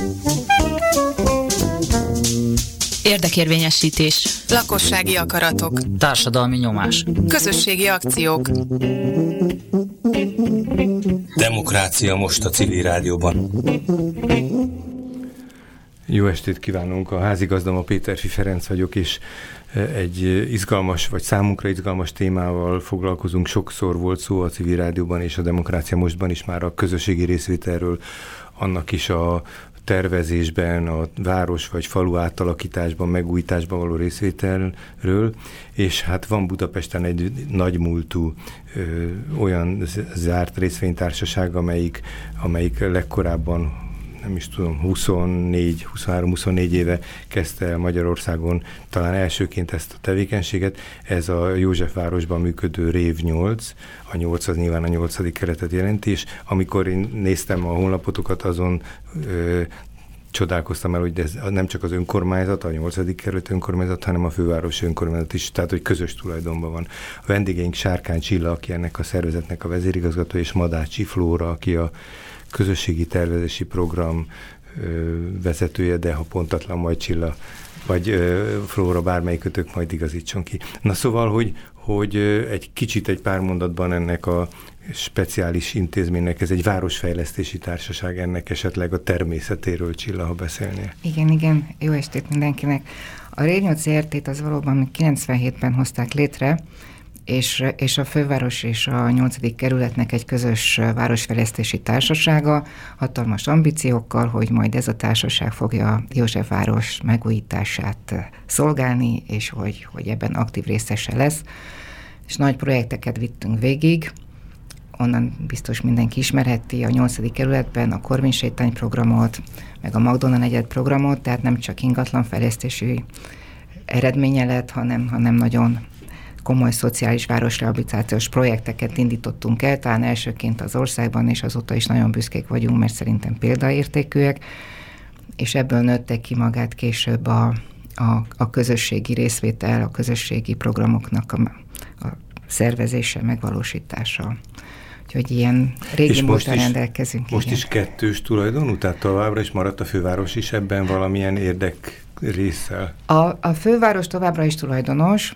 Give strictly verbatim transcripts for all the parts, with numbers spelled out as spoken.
Érdekérvényesítés. Lakossági akaratok. Társadalmi nyomás. Közösségi akciók. Demokrácia most a Civil Rádióban. Jó estét kívánunk, a házigazdam a Péterfi Ferenc vagyok, és egy izgalmas, vagy számunkra izgalmas témával foglalkozunk. Sokszor volt szó a Civil Rádióban és a Demokrácia mostban is már a közösségi részvételről, annak is a tervezésben, a város vagy falu átalakításban, megújításban való részvételről, és hát van Budapesten egy nagymúltú ö, olyan zárt részvénytársaság, amelyik, amelyik legkorábban, nem is tudom, huszonnégy, huszonhárom huszonnégy éve kezdte el Magyarországon talán elsőként ezt a tevékenységet. Ez a Józsefvárosban működő Rév nyolc, a nyolc az nyilván a nyolcadik keretet jelenti, és amikor én néztem a honlapotokat, azon ö, csodálkoztam el, hogy ez nem csak az önkormányzat, a nyolcadik kerület önkormányzat, hanem a fővárosi önkormányzat is, tehát hogy közös tulajdonban van. A vendégeink Sárkány Csilla, aki ennek a szervezetnek a vezérigazgató, és Madácsi Flóra, aki a közösségi tervezési program ö, vezetője, de ha pontatlan, majd Csilla, vagy ö, Flóra, bármelyikötök majd igazítson ki. Na szóval, hogy, hogy ö, egy kicsit, egy pár mondatban ennek a speciális intézménynek, ez egy városfejlesztési társaság, ennek esetleg a természetéről, Csilla, ha beszélnél. Igen, igen, jó estét mindenkinek. A Rév nyolc zé er té-t az valóban kilencvenhétben hozták létre, És, és a főváros és a nyolcadik kerületnek egy közös városfejlesztési társasága, hatalmas ambíciókkal, hogy majd ez a társaság fogja Józsefváros megújítását szolgálni, és hogy, hogy ebben aktív részese lesz. És nagy projekteket vittünk végig, onnan biztos mindenki ismerheti a nyolcadik kerületben a Korvin sétány programot, meg a Magdolna negyed programot, tehát nem csak ingatlanfejlesztési eredménye lett, hanem, hanem nagyon komoly szociális városrehabilitációs projekteket indítottunk el, talán elsőként az országban, és azóta is nagyon büszkék vagyunk, mert szerintem példaértékűek, és ebből nőtte ki magát később a, a, a közösségi részvétel, a közösségi programoknak a, a szervezése, megvalósítása. Úgyhogy ilyen régi módon rendelkezünk. Most igen. is kettős tulajdonú, tehát továbbra is maradt a főváros is ebben valamilyen érdek résszel? A, a főváros továbbra is tulajdonos,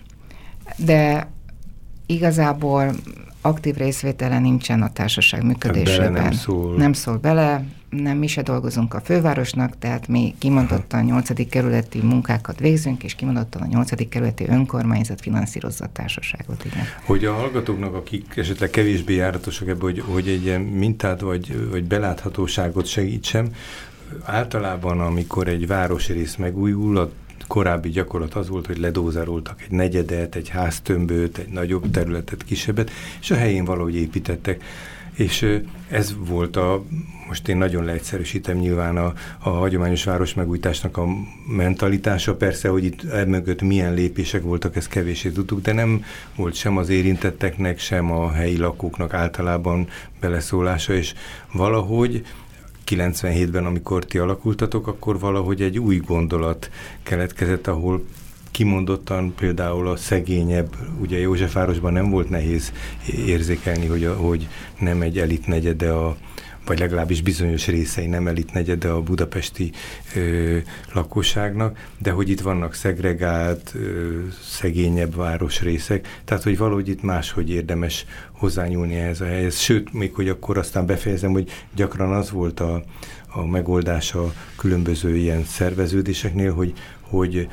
de igazából aktív részvétele nincsen a társaság működésében. Nem szól. nem szól bele, nem mi se dolgozunk a fővárosnak, tehát mi kimondottan a nyolcadik kerületi munkákat végzünk, és kimondottan a nyolcadik kerületi önkormányzat finanszírozza a társaságot. Igen. Hogy a hallgatóknak, akik esetleg kevésbé járatosak ebben, hogy, hogy egy ilyen mintát vagy, vagy beláthatóságot segítsem, általában amikor egy városrész megújul, a korábbi gyakorlat az volt, hogy ledózeroltak egy negyedet, egy háztömböt, egy nagyobb területet, kisebbet, és a helyén valahogy építettek. És ez volt a, most én nagyon leegyszerűsítem nyilván a, a hagyományos városmegújításnak a mentalitása, persze, hogy itt emögött milyen lépések voltak, ezt kevéssé tudtuk, de nem volt sem az érintetteknek, sem a helyi lakóknak általában beleszólása, és valahogy kilencvenhétben, amikor ti alakultatok, akkor valahogy egy új gondolat keletkezett, ahol kimondottan például a szegényebb, ugye Józsefvárosban nem volt nehéz érzékelni, hogy, a, hogy nem egy elit negyede a, vagy legalábbis bizonyos részei nem elit negyede a budapesti ö, lakosságnak, de hogy itt vannak szegregált, ö, szegényebb városrészek, tehát hogy valahogy itt máshogy érdemes hozzányúlni ehhez a helyhez. Sőt, még hogy akkor aztán befejezem, hogy gyakran az volt a, a megoldás a különböző ilyen szerveződéseknél, hogy, hogy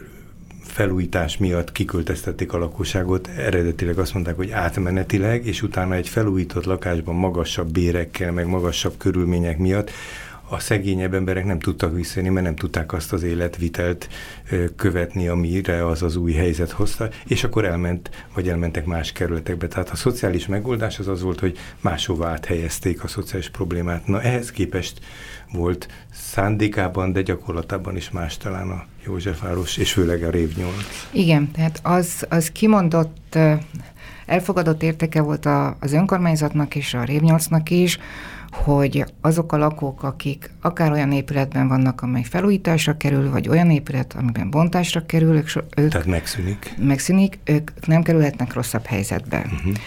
felújítás miatt kiköltöztették a lakosságot, eredetileg azt mondták, hogy átmenetileg, és utána egy felújított lakásban magasabb bérekkel, meg magasabb körülmények miatt a szegényebb emberek nem tudtak visszajönni, mert nem tudták azt az életvitelt követni, amire az az új helyzet hozta, és akkor elment, vagy elmentek más kerületekbe. Tehát a szociális megoldás az az volt, hogy máshova áthelyezték a szociális problémát. Na ehhez képest volt szándékában, de gyakorlatában is más talán a Józsefváros, és főleg a Rév nyolc. Igen, tehát az, az kimondott, elfogadott értéke volt a, az önkormányzatnak és a Rév nyolcnak is, hogy azok a lakók, akik akár olyan épületben vannak, amely felújításra kerül, vagy olyan épület, amiben bontásra kerül, ők, ők tehát megszűnik. Megszűnik, ők nem kerülhetnek rosszabb helyzetbe. Uh-huh.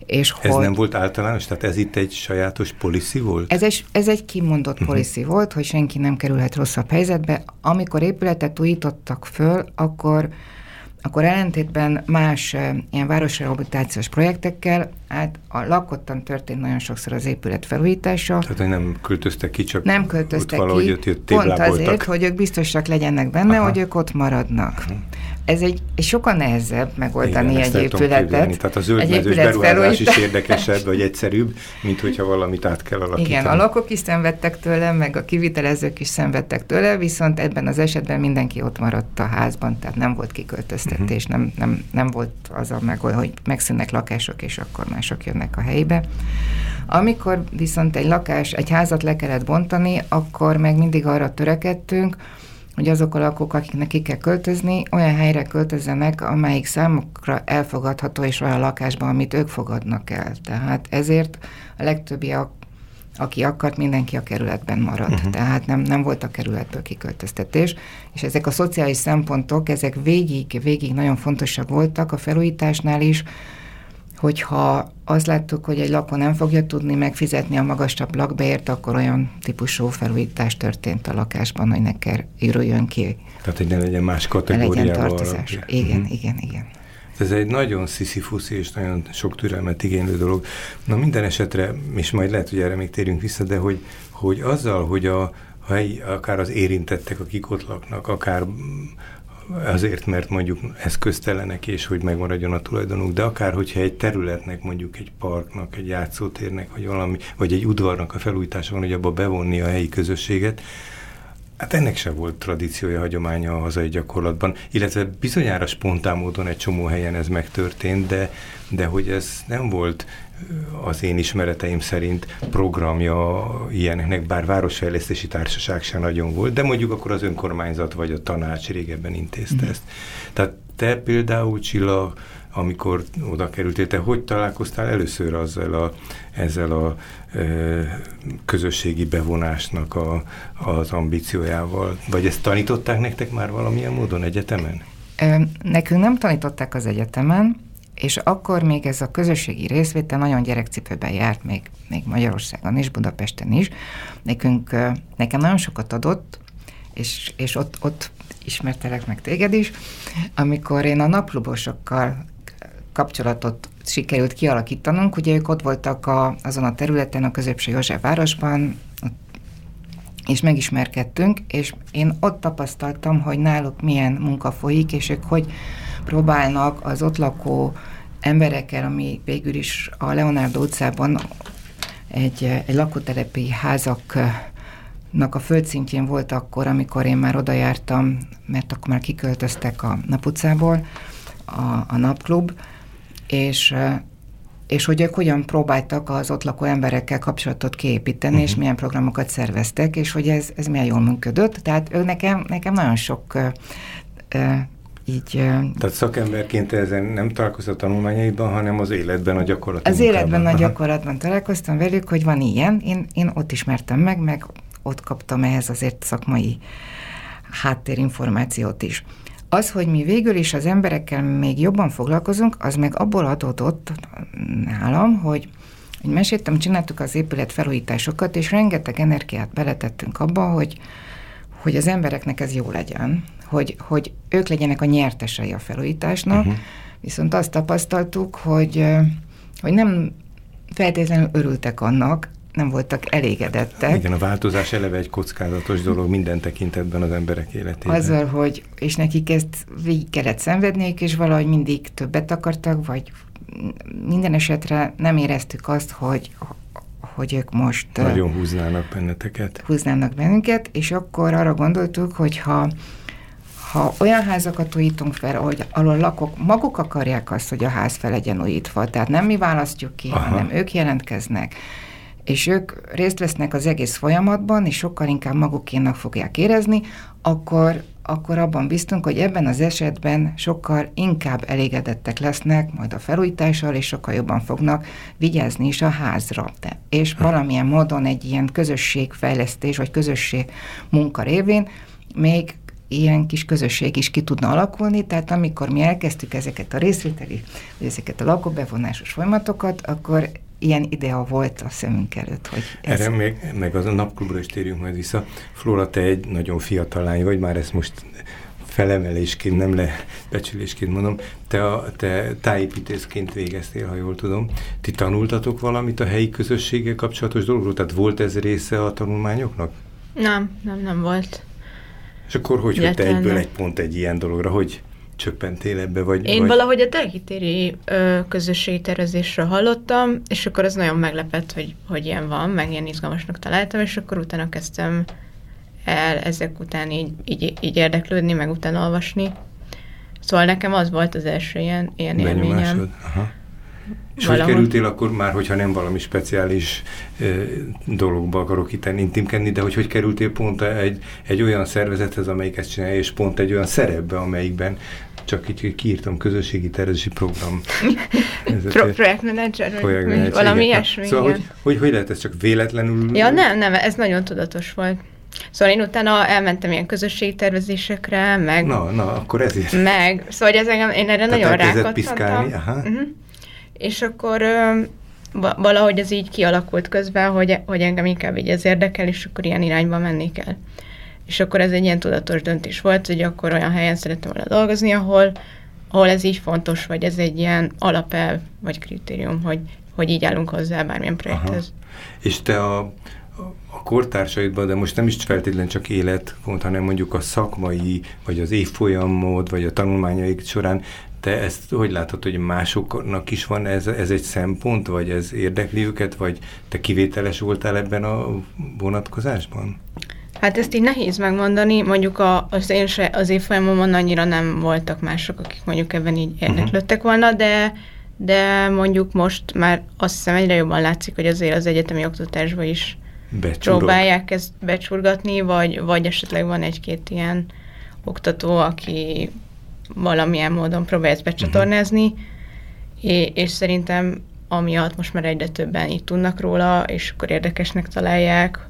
És ez hogy, nem volt általános? Tehát ez itt egy sajátos policy volt? Ez egy, ez egy kimondott uh-huh. policy volt, hogy senki nem kerülhet rosszabb helyzetbe. Amikor épületet újítottak föl, akkor akkor ellentétben más uh, ilyen városrehabilitációs projektekkel, hát a lakottan történt nagyon sokszor az épület felújítása. Tehát, hogy nem költöztek ki, csak nem költöztek ott valahogy ki, ott, ott pont azért, hogy ők biztosak legyenek benne, aha. hogy ők ott maradnak. Uh-huh. Ez egy, egy sokkal nehezebb megoldani igen, egy épületet. Tehát a zöldmezős beruházás is érdekesebb, vagy egyszerűbb, mint hogyha valamit át kell alakítani. Igen, a lakók is szenvedtek tőle, meg a kivitelezők is szenvedtek tőle, viszont ebben az esetben mindenki ott maradt a házban, tehát nem volt kiköltöztetés, uh-huh. nem, nem, nem volt az a megold, hogy megszűnnek lakások, és akkor mások jönnek a helyébe. Amikor viszont egy lakás, egy házat le kellett bontani, akkor meg mindig arra törekedtünk, hogy azok a lakók, akiknek ki kell költözni, olyan helyre költözzenek, amelyik számukra elfogadható, és olyan lakásban, amit ők fogadnak el. Tehát ezért a legtöbbi, a, aki akart, mindenki a kerületben maradt. Uh-huh. Tehát nem, nem volt a kerületből kiköltöztetés. És ezek a szociális szempontok, ezek végig, végig nagyon fontosak voltak a felújításnál is, hogyha azt láttuk, hogy egy lakó nem fogja tudni megfizetni a magasabb lakbért, akkor olyan típusú felújítás történt a lakásban, hogy ne kell ürüljön ki. Tehát, hogy ne legyen más kategóriával. Ne legyen tartozás. Igen, uh-huh. igen, igen. Ez egy nagyon sziszifuszi és nagyon sok türelmet igénylő dolog. Na minden esetre, és majd lehet, hogy erre még térünk vissza, de hogy, hogy azzal, hogy a, a helyi, akár az érintettek, akik ott laknak, akár azért, mert mondjuk eszköztelenek, és hogy megmaradjon a tulajdonuk, de akár, hogyha egy területnek, mondjuk egy parknak, egy játszótérnek, vagy valami, vagy egy udvarnak a felújítása van, hogy abba bevonni a helyi közösséget, hát ennek sem volt tradíciója, hagyománya a hazai gyakorlatban, illetve bizonyára spontán módon egy csomó helyen ez megtörtént, de, de hogy ez nem volt az én ismereteim szerint programja ilyeneknek, bár városfejlesztési társaság sem nagyon volt, de mondjuk akkor az önkormányzat vagy a tanács régebben intézte mm. ezt. Tehát te például, Csilla, amikor oda kerültél, te hogy találkoztál először azzal a, ezzel a e, közösségi bevonásnak a, az ambíciójával? Vagy ezt tanították nektek már valamilyen módon egyetemen? Nekünk nem tanították az egyetemen, és akkor még ez a közösségi részvétel nagyon gyerekcipőben járt, még, még Magyarországon is, Budapesten is. Nekünk, nekem nagyon sokat adott, és, és ott, ott ismertelek meg téged is, amikor én a napklubosokkal kapcsolatot sikerült kialakítanunk, ugye ők ott voltak a, azon a területen, a Középső József városban, és megismerkedtünk, és én ott tapasztaltam, hogy náluk milyen munka folyik, és ők hogy próbálnak az ott lakó emberekkel, ami végül is a Leonardo utcában egy, egy lakótelepi házaknak a földszintjén volt akkor, amikor én már oda jártam, mert akkor már kiköltöztek a Nap utcából, a, a napklub, és, és hogy ők hogyan próbáltak az ott lakó emberekkel kapcsolatot kiépíteni, uh-huh. és milyen programokat szerveztek, és hogy ez, ez milyen jól működött. Tehát ő nekem, nekem nagyon sok uh, uh, így... Tehát szakemberként ezen nem találkoztam a tanulmányaidban, hanem az életben, a gyakorlati Az munkában. Életben, a gyakorlatban találkoztam velük, hogy van ilyen, én, én ott ismertem meg, meg ott kaptam ehhez azért szakmai háttérinformációt is. Az, hogy mi végül is az emberekkel még jobban foglalkozunk, az meg abból adódott nálam, hogy, hogy meséltem, csináltuk az épület felújításokat, és rengeteg energiát beletettünk abba, hogy, hogy az embereknek ez jó legyen, hogy, hogy ők legyenek a nyertesei a felújításnak, uh-huh. viszont azt tapasztaltuk, hogy, hogy nem feltétlenül örültek annak, nem voltak elégedettek. Igen, a változás eleve egy kockázatos dolog minden tekintetben az emberek életében. Azzal, hogy, és nekik ezt végig kellett szenvedniük, és valahogy mindig többet akartak, vagy minden esetre nem éreztük azt, hogy, hogy ők most... Nagyon húznának benneteket. Húznának bennünket, és akkor arra gondoltuk, hogy ha Ha olyan házakat újítunk fel, hogy alól lakók maguk akarják azt, hogy a ház fel legyen újítva, tehát nem mi választjuk ki, aha. hanem ők jelentkeznek, és ők részt vesznek az egész folyamatban, és sokkal inkább magukénak fogják érezni, akkor, akkor abban biztunk, hogy ebben az esetben sokkal inkább elégedettek lesznek majd a felújítással, és sokkal jobban fognak vigyázni is a házra. De, és valamilyen módon egy ilyen közösségfejlesztés, vagy közösség munka révén még ilyen kis közösség is ki tudna alakulni, tehát amikor mi elkezdtük ezeket a részvételi, vagy ezeket a lakóbevonásos folyamatokat, akkor ilyen idea volt a szemünk előtt, hogy ez... Erre meg, meg az a napklubra is térjünk majd vissza. Flóra, te egy nagyon fiatal lány vagy, már ezt most felemelésként, nem lebecsülésként mondom. Te, a, te tájépítészként végeztél, ha jól tudom. Ti tanultatok valamit a helyi közösséggel kapcsolatos dologról? Tehát volt ez része a tanulmányoknak? Nem, nem, nem volt. És akkor hogy, hogy te egyből egy pont egy ilyen dologra, hogy csöppentél ebbe? Vagy, Én vagy... valahogy a Telkitéri közösségi tervezésről hallottam, és akkor az nagyon meglepett, hogy, hogy ilyen van, meg ilyen izgalmasnak találtam, és akkor utána kezdtem el ezek után így, így, így érdeklődni, meg utána olvasni. Szóval nekem az volt az első ilyen, ilyen élményem. Aha. És Valahol. hogy kerültél akkor már, hogyha nem valami speciális e, dologba akarok itt intimkedni, de hogy hogy kerültél pont egy, egy olyan szervezethez, amelyik ezt csinálja, és pont egy olyan szerepbe, amelyikben csak így kiírtam közösségi tervezési program. Pro- projektmenedzser, projekt valami ilyesmi. Szóval hogy, hogy, hogy lehet ez csak véletlenül? Ja, nem, nem, ez nagyon tudatos volt. Szóval én utána elmentem ilyen közösségi tervezésekre, meg... Na, na, akkor ezért. Meg, szóval ez engem, én erre Tehát nagyon rákattantam. piszkálni, aha. Uh-huh. És akkor ö, valahogy ez így kialakult közben, hogy, hogy engem inkább így ez érdekel, és akkor ilyen irányba menni kell. És akkor ez egy ilyen tudatos döntés volt, hogy akkor olyan helyen szerettem volna dolgozni, ahol, ahol ez így fontos, vagy ez egy ilyen alapelv, vagy kritérium, hogy, hogy így állunk hozzá bármilyen projekthez. Aha. És te a, a kortársaidban, de most nem is feltétlenül csak életpont, hanem mondjuk a szakmai, vagy az évfolyamod, vagy a tanulmányaik során, te ezt hogy látod, hogy másoknak is van ez, ez egy szempont, vagy ez érdekli őket, vagy te kivételes voltál ebben a vonatkozásban? Hát ezt így nehéz megmondani, mondjuk a, az, én se, az évfolyamomon annyira nem voltak mások, akik mondjuk ebben így érdeklődtek volna, de, de mondjuk most már azt hiszem egyre jobban látszik, hogy azért az egyetemi oktatásban is Becsurog. próbálják ezt becsurgatni, vagy, vagy esetleg van egy-két ilyen oktató, aki valamilyen módon próbálja ezt becsatornázni, uh-huh. és, és szerintem amiatt most már egyre többen így tudnak róla, és akkor érdekesnek találják,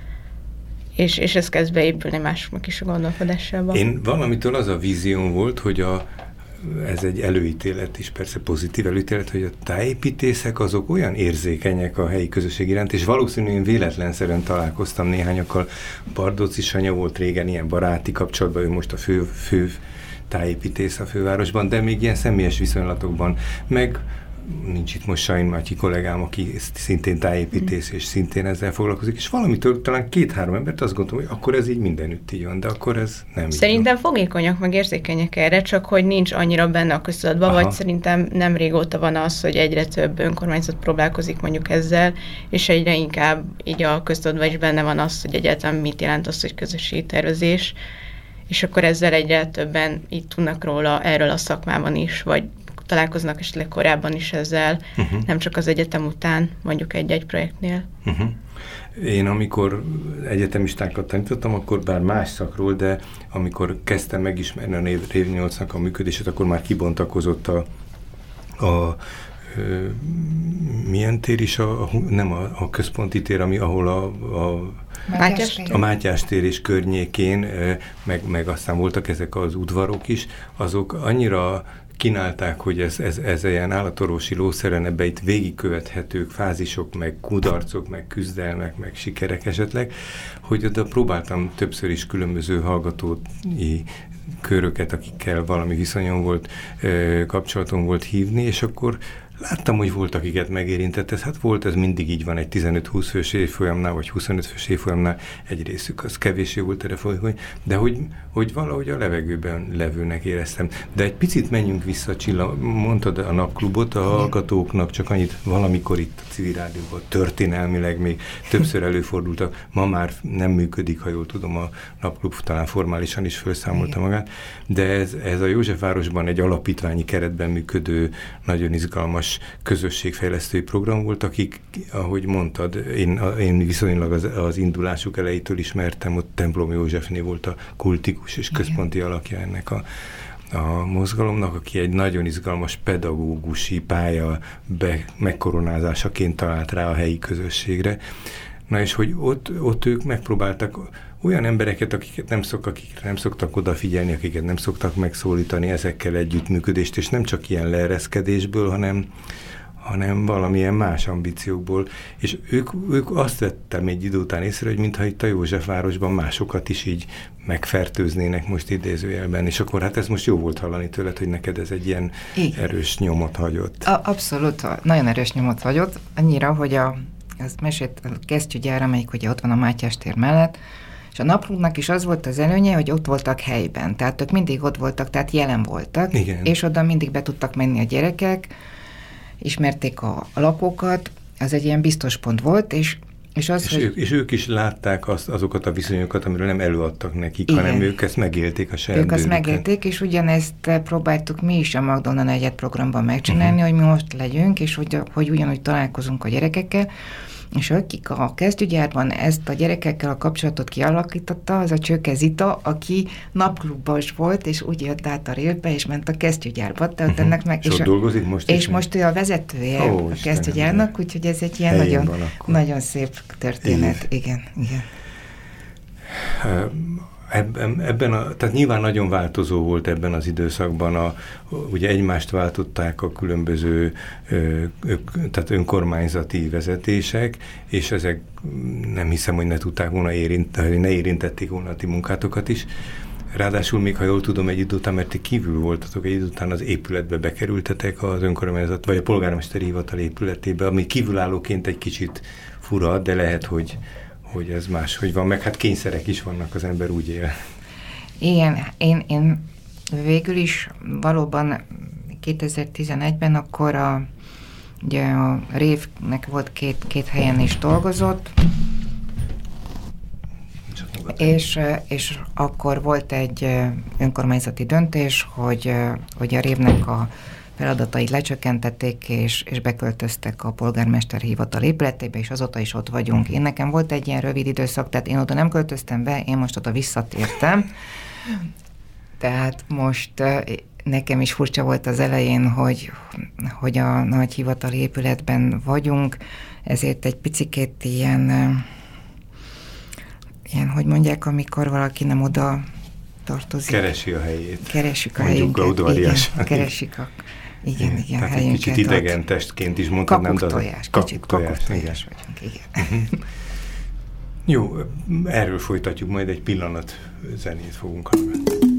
és, és ez kezd beépülni másoknak is a gondolkodásába. Én valamitől az a vízióm volt, hogy a, ez egy előítélet is, persze pozitív előítélet, hogy a tájépítészek azok olyan érzékenyek a helyi közösség iránt, és valószínűleg én véletlenszerűen találkoztam néhányakkal. Bardóci Sanya volt régen ilyen baráti kapcsolatban, ő most a fő, fő tájépítész a fővárosban, de még ilyen személyes viszonylatokban, meg nincs itt most Sain Matyi kollégám, aki szintén tájépítész, és szintén ezzel foglalkozik, és valamitől talán két-három embert azt gondolom, hogy akkor ez így mindenütt így van, de akkor ez nem így Szerintem van. fogékonyak, meg érzékenyek erre, csak hogy nincs annyira benne a köztudatban, vagy szerintem nem régóta van az, hogy egyre több önkormányzat próbálkozik mondjuk ezzel, és egyre inkább így a köztudatban is benne van az, hogy egyáltalán mit jelent az, hogy közösségi tervezés, és akkor ezzel egyre többen így tudnak róla erről a szakmában is, vagy találkoznak esetleg korábban is ezzel, uh-huh. nem csak az egyetem után, mondjuk egy-egy projektnél. Uh-huh. Én amikor egyetemistákat tanítottam, akkor bár más szakról, de amikor kezdtem megismerni a Rév nyolcnak a működését, akkor már kibontakozott a, a ö, milyen tér is, a, a, nem a, a központi tér, ami, ahol a, a Mátyás A Mátyás tér és környékén, meg, meg aztán voltak ezek az udvarok is, azok annyira kínálták, hogy ez, ez, ez ilyen állatorvosi lószeren, ebbe itt végigkövethetők fázisok, meg kudarcok, meg küzdelmek, meg sikerek esetleg, hogy oda próbáltam többször is különböző hallgatói köröket, akikkel valami viszonyom volt, kapcsolatom volt hívni, és akkor láttam, hogy volt, akiket megérintett ez. Hát volt, ez mindig így van egy tizenöt-húsz fős évfolyamnál, vagy huszonöt fős évfolyamnál, egy részük az kevésé volt erre folyamony, de hogy, hogy valahogy a levegőben levőnek éreztem. De egy picit menjünk vissza, Csilla, mondtad a napklubot, a hallgatóknak csak annyit valamikor itt a Civil Rádióban történelmileg még többször előfordultak, ma már nem működik, ha jól tudom, a napklub talán formálisan is felszámolta magát, de ez, ez a Józsefvárosban egy alapítványi keretben működő, nagyon izgalmas közösségfejlesztői program volt, akik, ahogy mondtad, én, én viszonylag az, az indulásuk elejétől ismertem, ott Templom Józsefné volt a kultikus és központi alakja ennek a, a mozgalomnak, aki egy nagyon izgalmas pedagógusi pálya be, megkoronázásaként talált rá a helyi közösségre. Na és hogy ott, ott ők megpróbáltak olyan embereket, akiket nem szok, akikre nem szoktak odafigyelni, akiket nem szoktak megszólítani, ezekkel együttműködést, és nem csak ilyen leereszkedésből, hanem, hanem valamilyen más ambíciókból. És ők, ők azt vettem egy idő után észre, hogy mintha itt a Józsefvárosban másokat is így megfertőznének most idézőjelben, és akkor hát ez most jó volt hallani tőled, hogy neked ez egy ilyen igen. erős nyomot hagyott. A, abszolút, nagyon erős nyomot hagyott, annyira, hogy a, azt mesélt a kesztyűgyár, amelyik ugye ott van a Mátyás tér mellett, és a Naplunknak is az volt az előnye, hogy ott voltak helyben, tehát ők mindig ott voltak, tehát jelen voltak, igen. és oda mindig be tudtak menni a gyerekek, ismerték a, a lakókat, az egy ilyen biztos pont volt, és És, az, és, hogy... ők, és ők is látták azt, azokat a viszonyokat, amiről nem előadtak nekik, igen. hanem ők ezt megélték a saját Ők azt bőrükön. megélték, és ugyanezt próbáltuk mi is a Magdolna negyed programban megcsinálni, uh-huh. hogy mi most legyünk, és hogy, hogy ugyanúgy találkozunk a gyerekekkel, és akik a kezdőgyárban ezt a gyerekekkel a kapcsolatot kialakította, az a Csőke Zita, aki napklubos volt, és úgy jött át a Rélbe, és ment a kezdőgyárba. Tehát uh-huh. ennek meg, és, és a, dolgozik most És most ő a vezetője oh, a kezdőgyárnak, úgyhogy ez egy ilyen nagyon, nagyon szép történet. Igen, igen. Uh, Ebben, ebben a, tehát nyilván nagyon változó volt ebben az időszakban, a, ugye egymást váltották a különböző ö, ö, tehát önkormányzati vezetések, és ezek nem hiszem, hogy ne tudták volna érinteni, ne érintették volna a ti munkátokat is. Ráadásul még, ha jól tudom, egy idő után, mert ti kívül voltatok, egy idő után az épületbe bekerültetek az önkormányzat, vagy a polgármesteri hivatal épületébe, ami kívülállóként egy kicsit fura, de lehet, hogy hogy ez máshogy van, meg hát kényszerek is vannak, az ember úgy él. Igen, én, én végül is valóban kétezer-tizenegyben akkor a, ugye a Révnek volt két, két helyen is dolgozott, és, és akkor volt egy önkormányzati döntés, hogy, hogy a Révnek a feladatait lecsökkentették, és, és beköltöztek a polgármester hivatal épületébe, és azóta is ott vagyunk. Én nekem volt egy ilyen rövid időszak, tehát én oda nem költöztem be, én most oda visszatértem. Tehát most nekem is furcsa volt az elején, hogy, hogy a nagy hivatali épületben vagyunk, ezért egy picikét ilyen, ilyen, hogy mondják, amikor valaki nem oda tartozik. Keresi a helyét. Keresik a helyünket. Igen, keresik a Igen, igen, tehát egy kicsit idegen ott. Testként is mondhatnám. Kakuktojás, kicsit kakuktojás vagyunk, igen. Jó, erről folytatjuk, majd egy pillanat zenét fogunk hallgatni.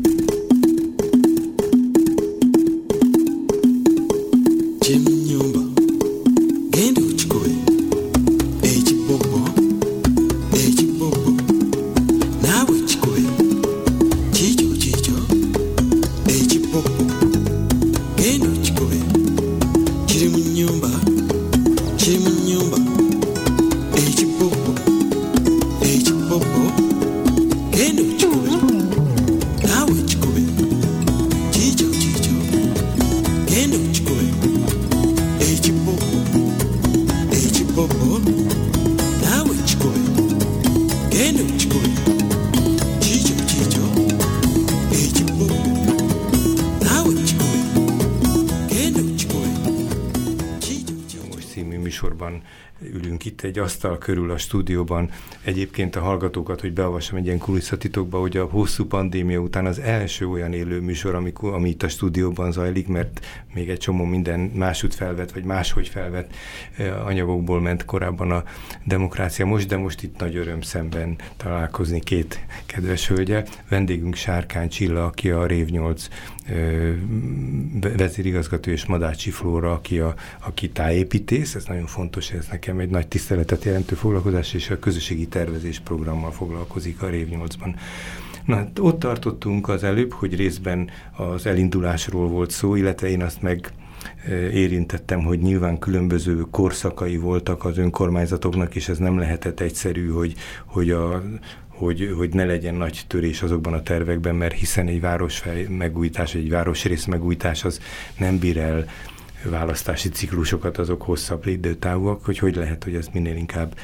Egy asztal körül a stúdióban, egyébként a hallgatókat, hogy beolvassam egy ilyen kulisszatitokba, hogy a hosszú pandémia után az első olyan élő műsor, amikor, ami itt a stúdióban zajlik, mert még egy csomó minden másút felvett, vagy máshogy felvett eh, anyagokból ment korábban a Demokrácia Most, de most itt nagy öröm szemben találkozni két kedves hölgyel. Vendégünk Sárkány Csilla, aki a Rév nyolc eh, vezérigazgató, és Madácsi Flóra, aki, a, aki tájépítész, ez nagyon fontos, ez nekem egy nagy tiszteletet jelentő foglalkozás, és a közösségi tervezés programmal foglalkozik a Rév nyolcban. Na, ott tartottunk az előbb, hogy részben az elindulásról volt szó, illetve én azt meg érintettem, hogy nyilván különböző korszakai voltak az önkormányzatoknak, és ez nem lehetett egyszerű, hogy, hogy, a, hogy, hogy ne legyen nagy törés azokban a tervekben, mert hiszen egy városfej megújítás, egy városrész megújítás az nem bír el választási ciklusokat, azok hosszabb időtávúak, hogy hogy lehet, hogy ezt minél inkább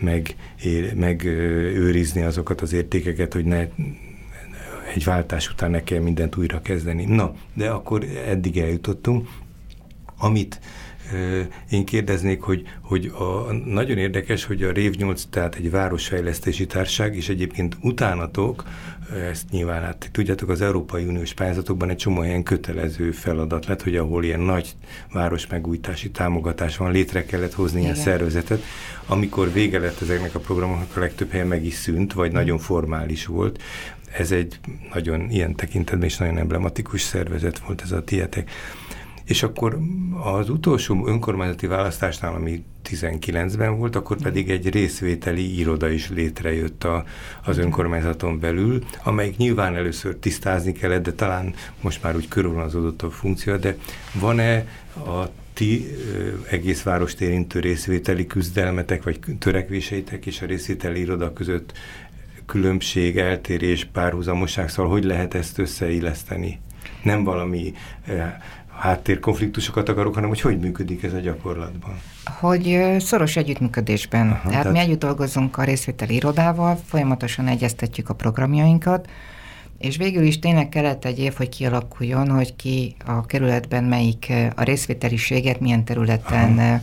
megőrizni meg azokat az értékeket, hogy ne egy váltás után ne kell mindent újra kezdeni. Na, de akkor eddig eljutottunk. Amit Én kérdeznék, hogy, hogy a, nagyon érdekes, hogy a Rév nyolc, tehát egy városfejlesztési társaság, és egyébként utánatok, ezt nyilván hát tudjátok, az Európai Uniós pályázatokban egy csomó ilyen kötelező feladat lett, hogy ahol ilyen nagy városmegújítási támogatás van, létre kellett hozni Igen. ilyen szervezetet. Amikor vége lett ezeknek a programoknak, a legtöbb helyen meg is szűnt, vagy nagyon formális volt. Ez egy nagyon ilyen tekintetben is nagyon emblematikus szervezet volt ez a tietek. És akkor az utolsó önkormányzati választásnál, ami tizenkilencben volt, akkor pedig egy részvételi iroda is létrejött a, az önkormányzaton belül, amelyik nyilván először tisztázni kellett, de talán most már úgy körülvonalazódott a funkció, de van-e a ti egész várost érintő részvételi küzdelmetek, vagy törekvéseitek és a részvételi iroda között különbség, eltérés, párhuzamosság, szóval hogy lehet ezt összeilleszteni? Nem valami eh, háttérkonfliktusokat akarok, hanem hogy hogy működik ez a gyakorlatban? Hogy szoros együttműködésben. Aha, tehát, tehát mi együtt dolgozunk a részvételi irodával, folyamatosan egyeztetjük a programjainkat, és végül is tényleg kellett egy év, hogy kialakuljon, hogy ki a kerületben melyik a részvételiséget milyen területen Aha.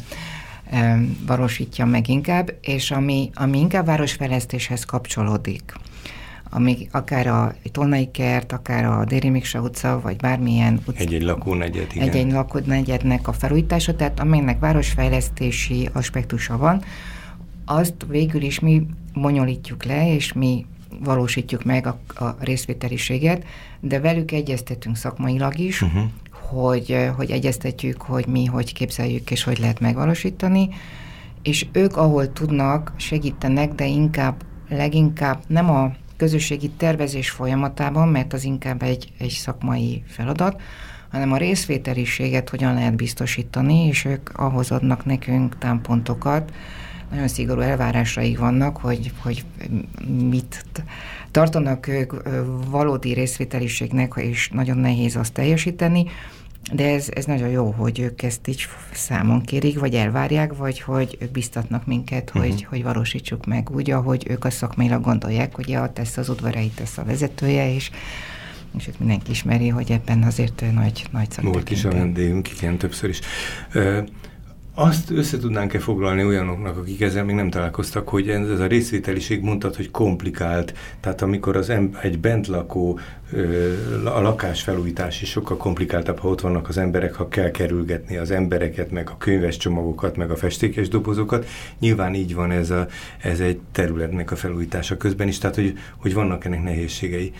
valósítja meg inkább, és ami, ami inkább városfejlesztéshez kapcsolódik, ami akár a Tolnai kert, akár a Déri Miksa utca, vagy bármilyen utca. Egy-egy lakónegyed, igen. Egy-egy lakónegyednek a felújítása, tehát amelynek városfejlesztési aspektusa van, azt végül is mi bonyolítjuk le, és mi valósítjuk meg a, a részvételiséget, de velük egyeztetünk szakmailag is, uh-huh. hogy, hogy egyeztetjük, hogy mi hogy képzeljük, és hogy lehet megvalósítani, és ők, ahol tudnak, segítenek, de inkább, leginkább nem a közösségi tervezés folyamatában, mert az inkább egy, egy szakmai feladat, hanem a részvételiséget hogyan lehet biztosítani, és ők ahhoz adnak nekünk támpontokat. Nagyon szigorú elvárásaik vannak, hogy, hogy mit tartanak ők valódi részvételiségnek, és nagyon nehéz azt teljesíteni, de ez, ez nagyon jó, hogy ők ezt így számon kérik, vagy elvárják, vagy hogy ők biztatnak minket, uh-huh. hogy, hogy valósítsuk meg úgy, ahogy ők a szakmailag gondolják, hogy a tesz az udvarai, tesz a vezetője, és, és itt mindenki ismeri, hogy ebben azért nagy, nagy szaktekintés. Volt is a vendégünk, igen, többször is. Uh, Azt össze tudnánk-e foglalni olyanoknak, akik ezzel még nem találkoztak, hogy ez a részvételiség mondtad, hogy komplikált, tehát amikor az em- egy bentlakó ö, a lakásfelújítás is sokkal komplikáltabb, ha ott vannak az emberek, ha kell kerülgetni az embereket, meg a könyves csomagokat, meg a festékes dobozokat. Nyilván így van ez, a, ez egy területnek a felújítása közben is, tehát hogy, hogy vannak ennek nehézségei.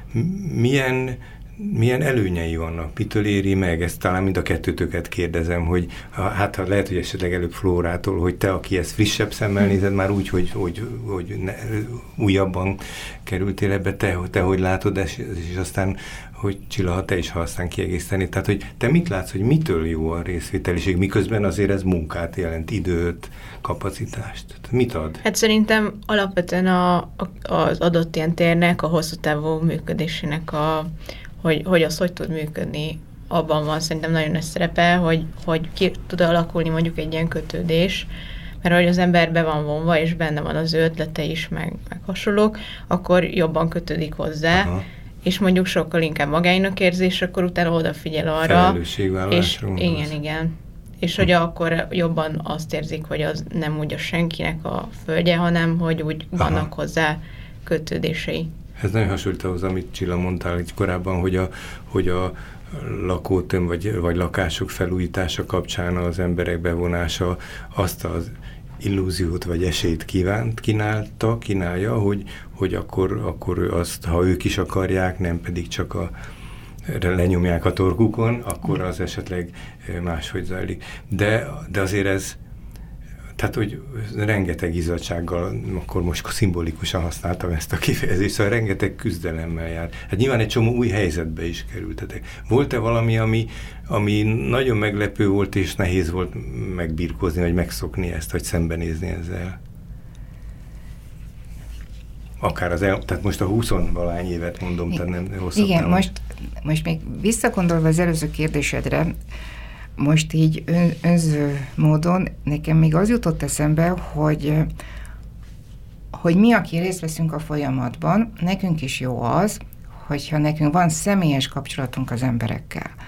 Milyen Milyen előnyei vannak? Mitől éri meg? Ezt talán mind a kettőtöket kérdezem, hogy hát ha lehet, hogy esetleg előbb Flórától, hogy te, aki ezt frissebb szemmel nézed, már úgy, hogy, hogy, hogy ne, újabban kerültél ebbe, te, te hogy látod, és, és aztán, hogy Csilla, ha te is, ha aztán kiegészíteni. Tehát, hogy te mit látsz, hogy mitől jó a részvételiség, miközben azért ez munkát jelent, időt, kapacitást? Tehát mit ad? Hát szerintem alapvetően a, a, az adott ilyen térnek, a hosszú távú működésének a hogy, hogy az hogy tud működni, abban van szerintem nagyon nagy szerepe, hogy, hogy ki tud alakulni mondjuk egy ilyen kötődés, mert hogy az ember be van vonva, és benne van az ő ötlete is, meg, meg hasonlók, akkor jobban kötődik hozzá, Aha. és mondjuk sokkal inkább magáinak érzés, akkor utána odafigyel arra. És igen, igen. És hogy akkor jobban azt érzik, hogy az nem úgy a senkinek a földje, hanem hogy úgy Aha. vannak hozzá kötődései. Ez nagyon hasonlít ahhoz, amit Csilla mondtál itt korábban, hogy a, hogy a lakótömb vagy, vagy lakások felújítása kapcsán az emberek bevonása azt az illúziót vagy esélyt kívánt, kínálta, kínálja, hogy, hogy akkor, akkor azt, ha ők is akarják, nem pedig csak a lenyomják a torkukon, akkor az esetleg máshogy zajlik. De, de azért ez tehát, hogy rengeteg izzadsággal, akkor most szimbolikusan használtam ezt a kifejezést, szóval rengeteg küzdelemmel jár. Hát nyilván egy csomó új helyzetbe is kerültetek. Volt-e valami, ami, ami nagyon meglepő volt, és nehéz volt megbirkózni, vagy megszokni ezt, vagy szembenézni ezzel? Akár az el, tehát most a huszonvalány évet mondom, tehát nem hosszabb. Igen, nem most, most még visszagondolva az előző kérdésedre, most így ön, önző módon nekem még az jutott eszembe, hogy, hogy mi, aki részt veszünk a folyamatban, nekünk is jó az, hogyha nekünk van személyes kapcsolatunk az emberekkel.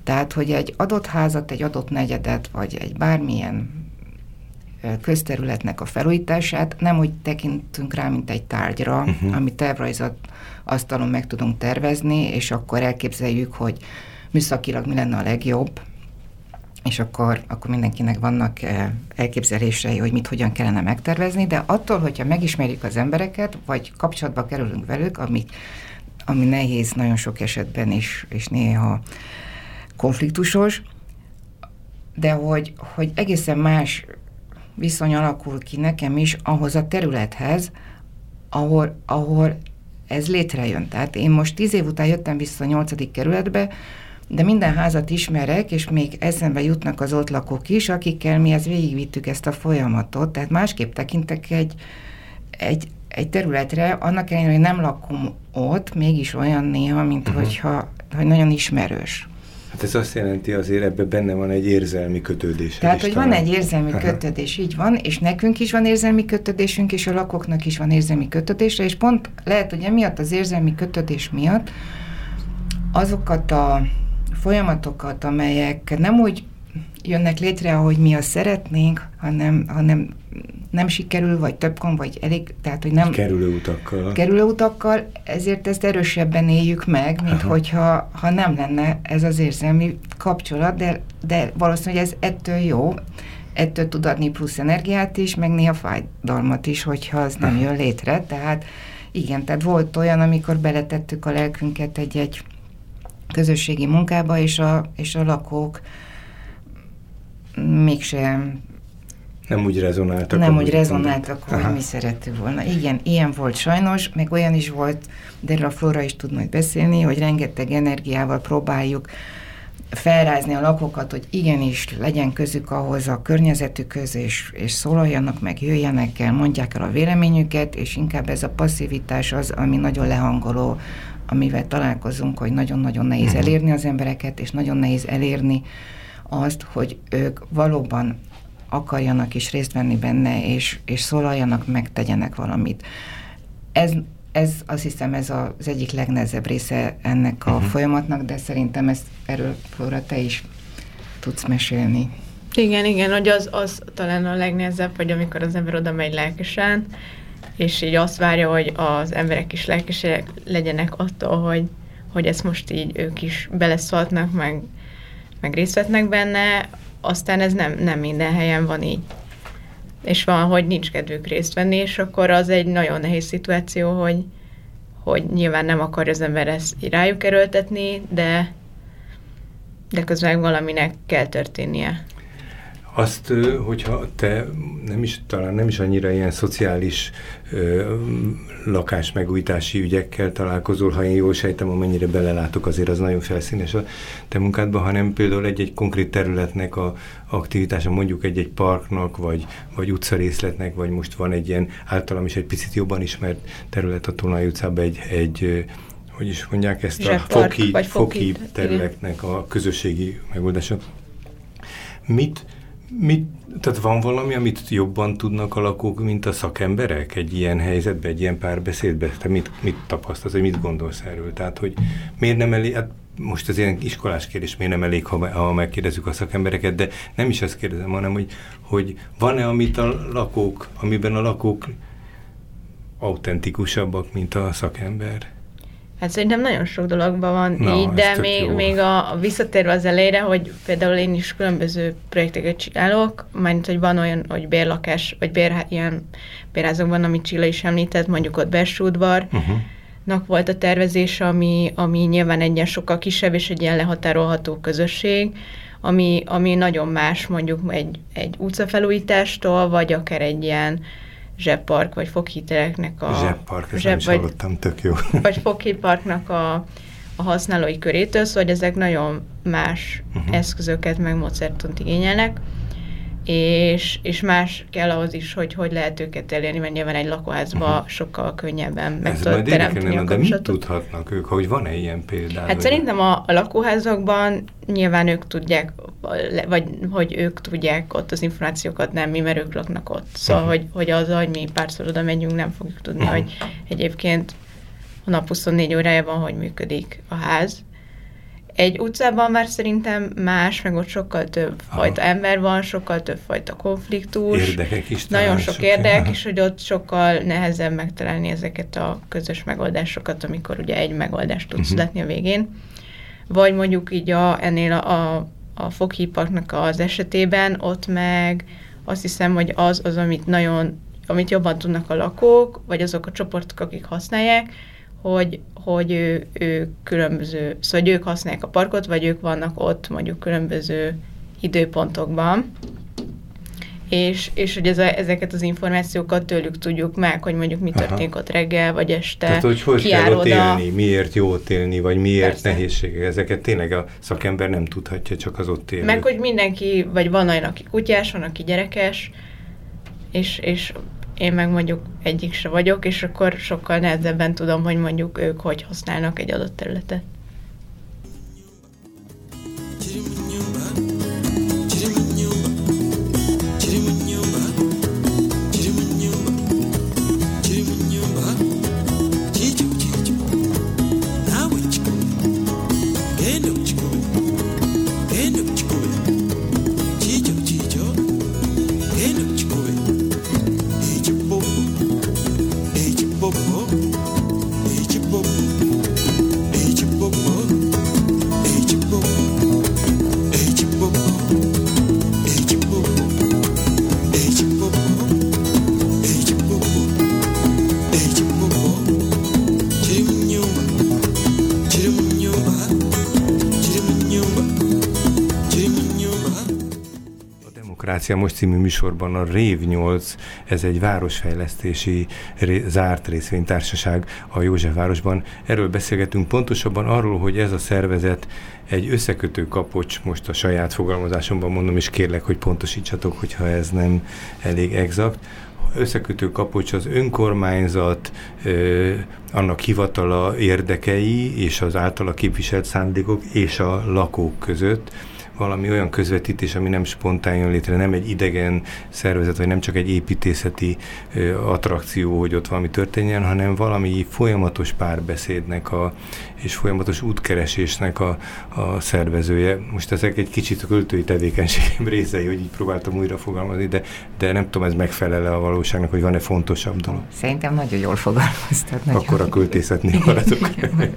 Tehát, hogy egy adott házat, egy adott negyedet, vagy egy bármilyen közterületnek a felújítását nem úgy tekintünk rá, mint egy tárgyra, uh-huh. amit tervrajzat asztalon meg tudunk tervezni, és akkor elképzeljük, hogy műszakilag mi lenne a legjobb, és akkor, akkor mindenkinek vannak elképzelései, hogy mit hogyan kellene megtervezni, de attól, hogyha megismerjük az embereket, vagy kapcsolatba kerülünk velük, ami, ami nehéz nagyon sok esetben is, és néha konfliktusos, de hogy, hogy egészen más viszony alakul ki nekem is ahhoz a területhez, ahol, ahol ez létrejön. Tehát én most tíz év után jöttem vissza a nyolcadik kerületbe, de minden házat ismerek, és még eszembe jutnak az ott lakók is, akikkel mi ezt végigvittük ezt a folyamatot, tehát másképp tekintek egy, egy, egy területre, annak ellenére, hogy nem lakom ott, mégis olyan néha, mint uh-huh. hogyha hogy nagyon ismerős. Hát ez azt jelenti, azért ebben benne van egy érzelmi kötődés. Tehát, hogy talán van egy érzelmi Aha. kötődés, így van, és nekünk is van érzelmi kötődésünk, és a lakóknak is van érzelmi kötődése, és pont lehet, hogy emiatt az érzelmi kötődés miatt azokat a folyamatokat, amelyek nem úgy jönnek létre, ahogy mi azt szeretnénk, hanem, hanem nem sikerül, vagy többkon, vagy elég, tehát, hogy nem... Kerülő utakkal. Kerülő utakkal, ezért ezt erősebben éljük meg, mint Aha. hogyha ha nem lenne ez az érzelmi kapcsolat, de, de valószínűleg ez ettől jó, ettől tud adni plusz energiát is, meg néha fájdalmat is, hogyha az nem Aha. jön létre, tehát igen, tehát volt olyan, amikor beletettük a lelkünket egy-egy közösségi munkába, és a, és a lakók mégsem nem úgy rezonáltak. Nem úgy rezonáltak, hogy Aha. mi szerettük volna. Igen, ilyen volt sajnos, meg olyan is volt, de erről a Flóra is tud majd beszélni, hogy rengeteg energiával próbáljuk felrázni a lakókat, hogy igenis legyen közük ahhoz a környezetükhöz, és, és szólaljanak meg, jöjjenek el, mondják el a véleményüket, és inkább ez a passzivitás az, ami nagyon lehangoló, amivel találkozunk, hogy nagyon-nagyon nehéz uh-huh. elérni az embereket, és nagyon nehéz elérni azt, hogy ők valóban akarjanak is részt venni benne, és, és szólaljanak meg, tegyenek valamit. Ez, ez azt hiszem, ez az egyik legnehezebb része ennek a uh-huh. folyamatnak, de szerintem ezt erről, Flóra, te is tudsz mesélni. Igen, igen, hogy az, az talán a legnehezebb, hogy amikor az ember oda megy lelkesen, és így azt várja, hogy az emberek is lelkesek legyenek attól, hogy, hogy ezt most így ők is beleszólhatnak, meg, meg részt vettnek benne, aztán ez nem, nem minden helyen van így. És van, hogy nincs kedvük részt venni, és akkor az egy nagyon nehéz szituáció, hogy, hogy nyilván nem akar az ember ezt rájuk erőltetni, de, de közben valaminek kell történnie. Azt, hogyha te nem is, talán nem is annyira ilyen szociális ö, lakásmegújítási ügyekkel találkozol, ha én jól sejtem, amennyire belelátok, azért az nagyon felszínes a te munkádban, hanem például egy-egy konkrét területnek a aktivitása, mondjuk egy-egy parknak, vagy, vagy utcarészletnek, vagy most van egy ilyen általam is egy picit jobban ismert terület a Tónai utcában, egy, egy hogy is mondják ezt Zsebpark, a foki, foki, foki területnek a közösségi megoldása. Mit Mit, tehát van valami, amit jobban tudnak a lakók, mint a szakemberek egy ilyen helyzetben, egy ilyen párbeszédben? Te mit, mit tapasztalsz, vagy mit gondolsz erről? Tehát, hogy miért nem elég, hát most az ilyen iskolás kérdés, miért nem elég, ha, ha megkérdezzük a szakembereket, de nem is azt kérdezem, hanem, hogy, hogy van-e, amit a lakók, amiben a lakók autentikusabbak, mint a szakember? Hát szerintem nagyon sok dologban van Na, így, de még, még a, a visszatérve az elejére, hogy például én is különböző projekteket csinálok, mert hogy van olyan, hogy bérlakás, vagy bér, ilyen bérházakban, amit Csilla is említett, mondjuk ott belső udvarnak uh-huh. volt a tervezés, ami, ami nyilván egy ilyen sokkal kisebb és egy ilyen lehatárolható közösség, ami, ami nagyon más mondjuk egy, egy utcafelújítástól, vagy akár egy ilyen Zsebpark, vagy foghiteleknek a... Zsebpark, ezt zseb, nem is vagy, hallottam, tök jó. Vagy foghiparknak a, a használói körétől, szóval ezek nagyon más uh-huh. eszközöket, meg módszertant igényelnek, és, és más kell ahhoz is, hogy hogy lehet őket elérni, mert nyilván egy lakóházban uh-huh. sokkal könnyebben meg tudod teremteni a kapcsolatot. De mit tudhatnak ők, hogy van-e ilyen például? Hát szerintem a, a lakóházakban nyilván ők tudják, vagy hogy ők tudják ott az információkat, nem mi, mert ők laknak ott. Szóval, uh-huh. hogy, hogy az, hogy mi párszor oda megyünk, nem fogjuk tudni, uh-huh. hogy egyébként a nap huszonnégy órájában hogy működik a ház. egy utcában már szerintem más, meg ott sokkal több Aha. fajta ember van, sokkal több fajta konfliktus. Érdekek is. Nagyon sok érdek, és hogy ott sokkal nehezebb megtalálni ezeket a közös megoldásokat, amikor ugye egy megoldást tud uh-huh. születni a végén. Vagy mondjuk így a, ennél a, a, a foghípaknak az esetében, ott meg azt hiszem, hogy az az, amit nagyon, amit jobban tudnak a lakók, vagy azok a csoportok, akik használják, hogy, hogy ő, ő különböző, szóval ők használják a parkot, vagy ők vannak ott mondjuk különböző időpontokban, és, és hogy ez a, ezeket az információkat tőlük tudjuk meg, hogy mondjuk mi történik Aha. ott reggel, vagy este. Tehát, hogy hogy kell ott élni, miért jó ott élni, vagy miért Persze. nehézségek. Ezeket tényleg a szakember nem tudhatja, csak az ott élő. Meg, hogy mindenki, vagy van olyan, aki kutyás, van, aki gyerekes, és, és én meg mondjuk egyik se vagyok, és akkor sokkal nehezebben tudom, hogy mondjuk ők hogy használnak egy adott területet. Most című műsorban a Rév nyolc, ez egy városfejlesztési ré, zárt részvénytársaság a Józsefvárosban. Erről beszélgetünk pontosabban arról, hogy ez a szervezet egy összekötő kapocs, most a saját fogalmazásomban mondom, és kérlek, hogy pontosítsatok, hogyha ez nem elég exakt. Összekötő kapocs az önkormányzat, ö, annak hivatala érdekei és az általa képviselt szándékok és a lakók között, valami olyan közvetítés, ami nem spontán jön létre, nem egy idegen szervezet, vagy nem csak egy építészeti ö, attrakció, hogy ott valami történjen, hanem valami folyamatos párbeszédnek a, és folyamatos útkeresésnek a, a szervezője. Most ezek egy kicsit a költői tevékenységem részei, hogy így próbáltam újra fogalmazni, de, de nem tudom, ez megfelel-e a valóságnak, hogy van-e fontosabb dolog. Szerintem nagyon jól fogalmaztad. Akkor a költészetnél maradok.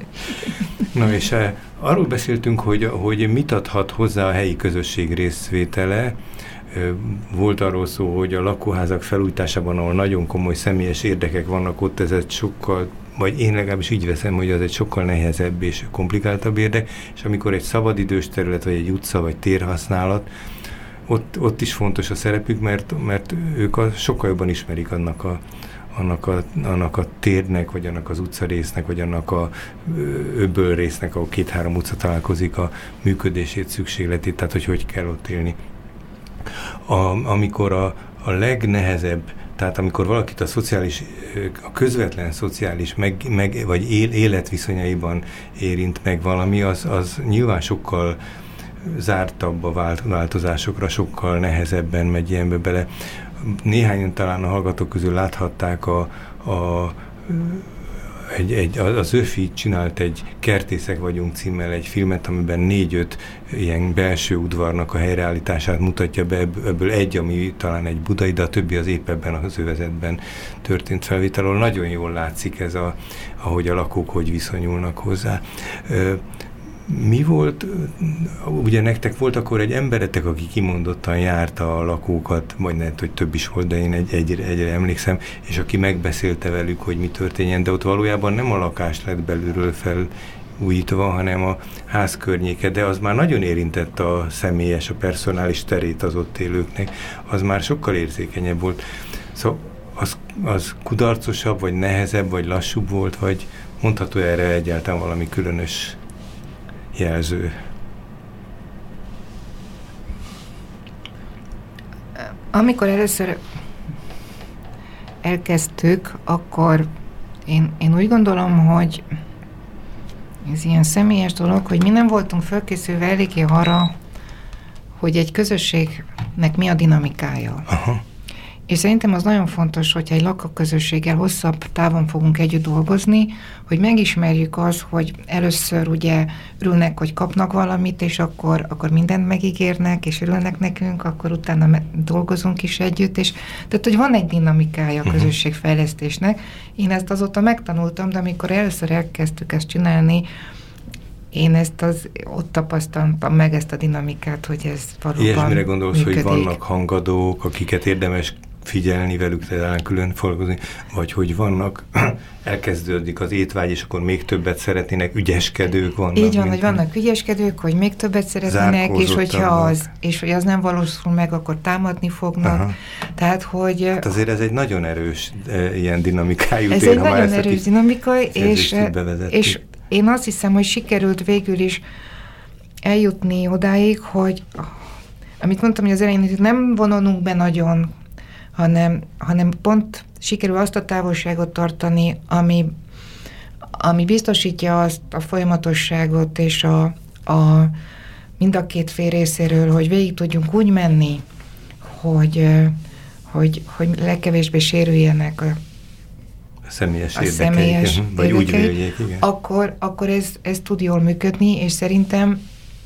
Na és eh, arról beszéltünk, hogy, hogy mit adhat hozzá a helyi közösség részvétele. Volt arról szó, hogy a lakóházak felújításában, ahol nagyon komoly személyes érdekek vannak ott, ez egy sokkal, vagy én legalábbis így veszem, hogy az egy sokkal nehezebb és komplikáltabb érdek, és amikor egy szabadidős terület, vagy egy utca, vagy térhasználat, ott, ott is fontos a szerepük, mert, mert ők a, sokkal jobban ismerik annak a Annak a, annak a térnek, vagy annak az utcarésznek, vagy annak a öböl résznek, ahol két-három utca találkozik, a működését, szükségletét, tehát hogy hogy kell ott élni. A, amikor a, a legnehezebb, tehát amikor valakit a szociális, a közvetlen szociális, meg, meg, vagy él, életviszonyaiban érint meg valami, az, az nyilván sokkal zártabb a változásokra, sokkal nehezebben megy ilyenbe bele. Néhányan talán a hallgatók közül láthatták, a, a, egy, egy, az Öfi csinált egy Kertészek vagyunk címmel egy filmet, amiben négy-öt ilyen belső udvarnak a helyreállítását mutatja be, ebből egy, ami talán egy budai, de a többi az épp ebben az övezetben történt felvételről. Nagyon jól látszik ez, a, ahogy a lakók hogy viszonyulnak hozzá. Mi volt, ugye nektek volt akkor egy emberetek, aki kimondottan járta a lakókat, vagy lehet, hogy több is volt, de én egy, egyre, egyre emlékszem, és aki megbeszélte velük, hogy mi történjen, de ott valójában nem a lakás lett belülről felújítva, hanem a ház környéke, de az már nagyon érintett a személyes, a personális terét az ott élőknek, az már sokkal érzékenyebb volt. Szóval az, az kudarcosabb, vagy nehezebb, vagy lassúbb volt, vagy mondható erre egyáltalán valami különös jelző? Amikor először elkezdtük, akkor én, én úgy gondolom, hogy ez ilyen személyes dolog, hogy mi nem voltunk fölkészülve eléggé arra, hogy egy közösségnek mi a dinamikája. Aha. És szerintem az nagyon fontos, hogyha egy lakóközösséggel hosszabb távon fogunk együtt dolgozni, hogy megismerjük azt, hogy először ugye örülnek, hogy kapnak valamit, és akkor, akkor mindent megígérnek, és örülnek nekünk, akkor utána dolgozunk is együtt, és tehát, hogy van egy dinamikája a közösségfejlesztésnek. Én ezt azóta megtanultam, de amikor először elkezdtük ezt csinálni, én ezt az, ott tapasztaltam meg ezt a dinamikát, hogy ez valóban Ilyesmire gondolsz, működik. hogy vannak hangadók, akiket érdemes figyelni, velük talán külön foglalkozni, vagy hogy vannak, elkezdődik az étvágy, és akkor még többet szeretnének, ügyeskedők vannak. Így van, hogy vannak ügyeskedők, hogy még többet szeretnének, és hogyha az, és hogy az nem valósul meg, akkor támadni fognak. Aha. Tehát, hogy... Hát azért ez egy nagyon erős e, ilyen dinamikájú ez tér, egy nagyon erős dinamika, és, és én azt hiszem, hogy sikerült végül is eljutni odáig, hogy amit mondtam, hogy az elején, hogy nem vonulunk be nagyon, hanem, hanem pont sikerül azt a távolságot tartani, ami, ami biztosítja azt a folyamatosságot és a, a mind a két fél részéről, hogy végig tudjunk úgy menni, hogy, hogy, hogy legkevésbé sérüljenek a, a személyes a érdekeik, személyes vagy úgy véljék, igen. Akkor, akkor ez, ez tud jól működni, és szerintem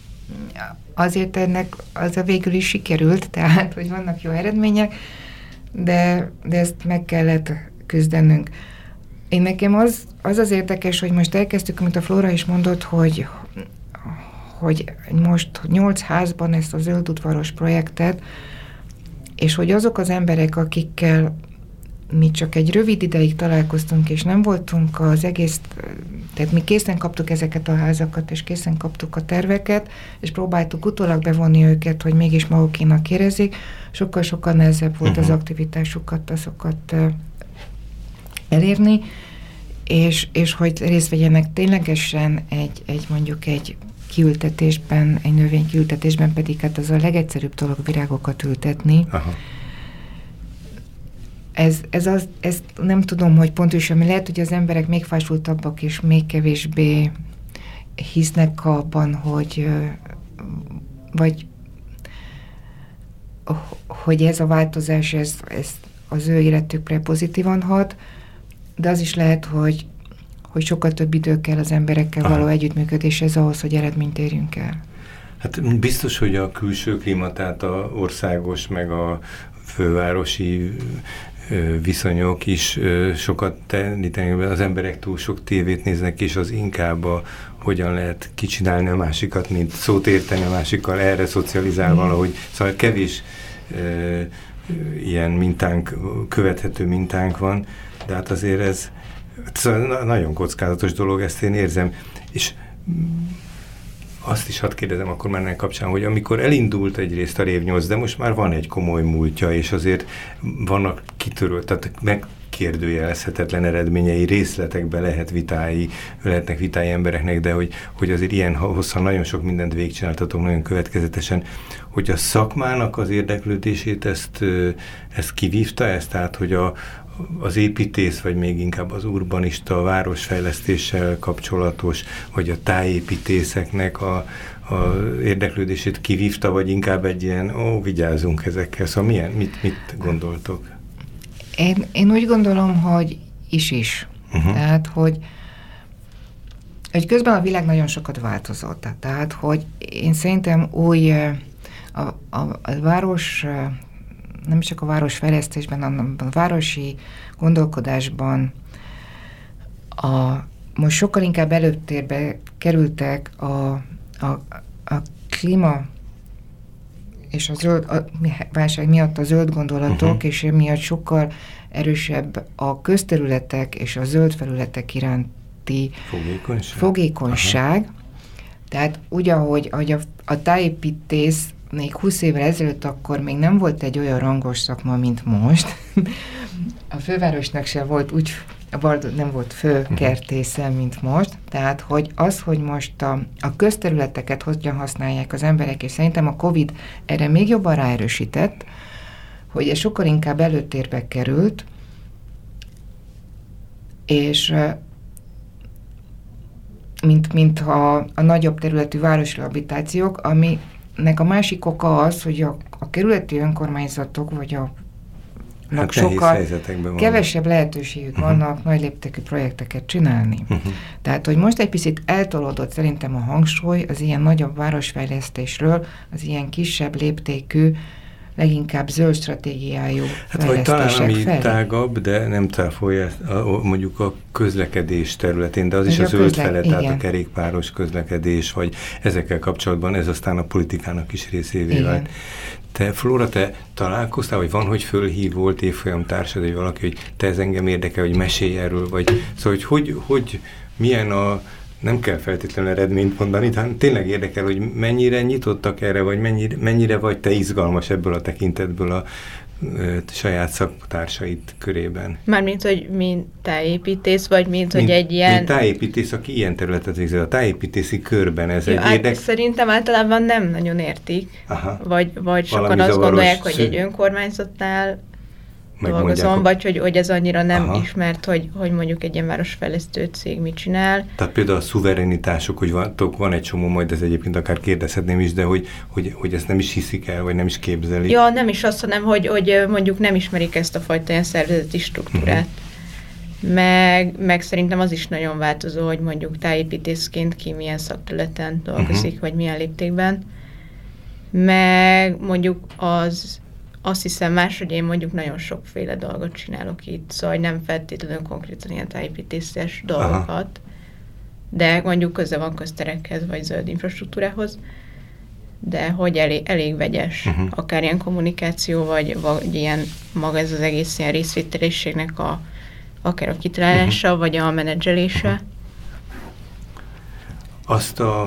azért ennek az a végül is sikerült, tehát, hogy vannak jó eredmények, de, de ezt meg kellett küzdenünk. Én nekem az, az az érdekes, hogy most elkezdtük, mint a Flóra is mondott, hogy, hogy most nyolc házban ezt a Zöld udvaros projektet, és hogy azok az emberek, akikkel mi csak egy rövid ideig találkoztunk, és nem voltunk az egész, tehát mi készen kaptuk ezeket a házakat, és készen kaptuk a terveket, és próbáltuk utólag bevonni őket, hogy mégis magukénak érezzék. Sokkal-sokkal nehezebb volt uh-huh. az aktivitásukat, azokat uh, elérni, és, és hogy részt vegyenek ténylegesen egy, egy mondjuk egy kiültetésben, egy növény kiültetésben, pedig hát az a legegyszerűbb dolog virágokat ültetni. Aha. Ez, ez az, ezt nem tudom, hogy pontosan, mert lehet, hogy az emberek még fásultabbak, és még kevésbé hisznek abban, hogy vagy hogy ez a változás, ez, ez az ő életükre pozitívan hat, de az is lehet, hogy, hogy sokkal több idő kell az emberekkel való együttműködéshez ahhoz, hogy eredményt érjünk el. Hát biztos, hogy a külső klíma, tehát a országos, meg a fővárosi viszonyok is sokat tenni, az emberek túl sok tévét néznek, és az inkább a, hogyan lehet kicsinálni a másikat, mint szót érteni a másikkal, erre szocializál valahogy. Szóval kevés e, ilyen mintánk, követhető mintánk van, de hát azért ez szóval nagyon kockázatos dolog, ezt én érzem. És azt is hadd kérdezem akkor már ennek kapcsán, hogy amikor elindult egyrészt a Rév nyolc, de most már van egy komoly múltja, és azért vannak kitörölt, tehát megkérdőjelezhetetlen eredményei, részletekbe lehet vitái, lehetnek vitái embereknek, de hogy, hogy azért ilyen hosszan nagyon sok mindent végigcsináltatok, nagyon következetesen, hogy a szakmának az érdeklődését ezt, ezt kivívta, ezt, tehát hogy a az építész, vagy még inkább az urbanista, a városfejlesztéssel kapcsolatos, vagy a tájépítészeknek a, a érdeklődését kivívta, vagy inkább egy ilyen, ó, vigyázzunk ezekkel. Szóval milyen, mit, mit gondoltok? Én, én úgy gondolom, hogy is-is. Uh-huh. Tehát, hogy, hogy közben a világ nagyon sokat változott. Tehát, hogy én szerintem új a, a, a város nem csak a városfejlesztésben, hanem a városi gondolkodásban a, most sokkal inkább előtérbe kerültek a, a, a klíma és a zöld a válság miatt a zöld gondolatok, uh-huh. és emiatt sokkal erősebb a közterületek és a zöld felületek iránti fogékonyság. fogékonyság. Tehát úgy, ahogy, ahogy a, a tájépítész még húsz évvel ezelőtt akkor még nem volt egy olyan rangos szakma, mint most. A fővárosnak se volt úgy, a Bardot nem volt fő kertésze, mint most. Tehát, hogy az, hogy most a, a közterületeket hogyan használják az emberek, és szerintem a Covid erre még jobban ráerősített, hogy ez sokkal inkább előtérbe került, és mint, mint a, a nagyobb területű városrehabilitációk, ami nek a másik oka az, hogy a, a kerületi önkormányzatok, vagy a, hát sokkal kevesebb lehetőségük uh-huh. vannak nagy léptékű projekteket csinálni. Uh-huh. Tehát, hogy most egy picit eltolódott szerintem a hangsúly az ilyen nagyobb városfejlesztésről, az ilyen kisebb léptékű, leginkább zöld stratégiájú hát vagy talán ami felé. Tágabb, de nem cáfolja mondjuk a közlekedés területén, de az Ugye is a, a zöld közle- fele, tehát a kerékpáros közlekedés, vagy ezekkel kapcsolatban ez aztán a politikának is részévé vált. Te, Flóra, te találkoztál, vagy van, hogy fölhív volt évfolyam társad, vagy valaki, hogy te ez engem érdekel, hogy mesélj erről, vagy szóval, hogy, hogy, hogy milyen a nem kell feltétlenül eredményt mondani, tehát tényleg érdekel, hogy mennyire nyitottak erre, vagy mennyire, mennyire vagy te izgalmas ebből a tekintetből a ö, saját szaktársaid körében. Mármint, hogy mint tájépítész, vagy mint, mint hogy egy ilyen... Mint tájépítész, aki ilyen területet végzel. A tájépítészi körben ez Jó, egy érdek... Szerintem általában nem nagyon értik, Aha. vagy, vagy sokan azt gondolják, hogy egy önkormányzatnál dolgozom, a... vagy hogy, hogy ez annyira nem Aha. ismert, hogy, hogy mondjuk egy ilyen városfejlesztő cég mit csinál. Tehát például a szuverenitások, hogy van, van egy csomó, majd ez egyébként akár kérdezhetném is, de hogy, hogy, hogy ezt nem is hiszik el, vagy nem is képzelik. Ja, nem is azt, hanem, hogy, hogy mondjuk nem ismerik ezt a fajta ilyen szervezeti struktúrát. Uh-huh. Meg, meg szerintem az is nagyon változó, hogy mondjuk tájépítészként ki milyen szakterületen dolgozik, uh-huh. vagy milyen léptékben. Meg mondjuk az azt hiszem más, hogy én mondjuk nagyon sokféle dolgot csinálok itt, szóval nem feltétlenül konkrétan ilyen tájépítészes dolgokat, Aha. de mondjuk köze van közterekhez, vagy zöld infrastruktúrához, de hogy elég, elég vegyes, uh-huh. akár ilyen kommunikáció, vagy, vagy ilyen maga ez az egész ilyen részvételéségnek a, akár a kitalálása, uh-huh. vagy a menedzselése. Uh-huh. Azt a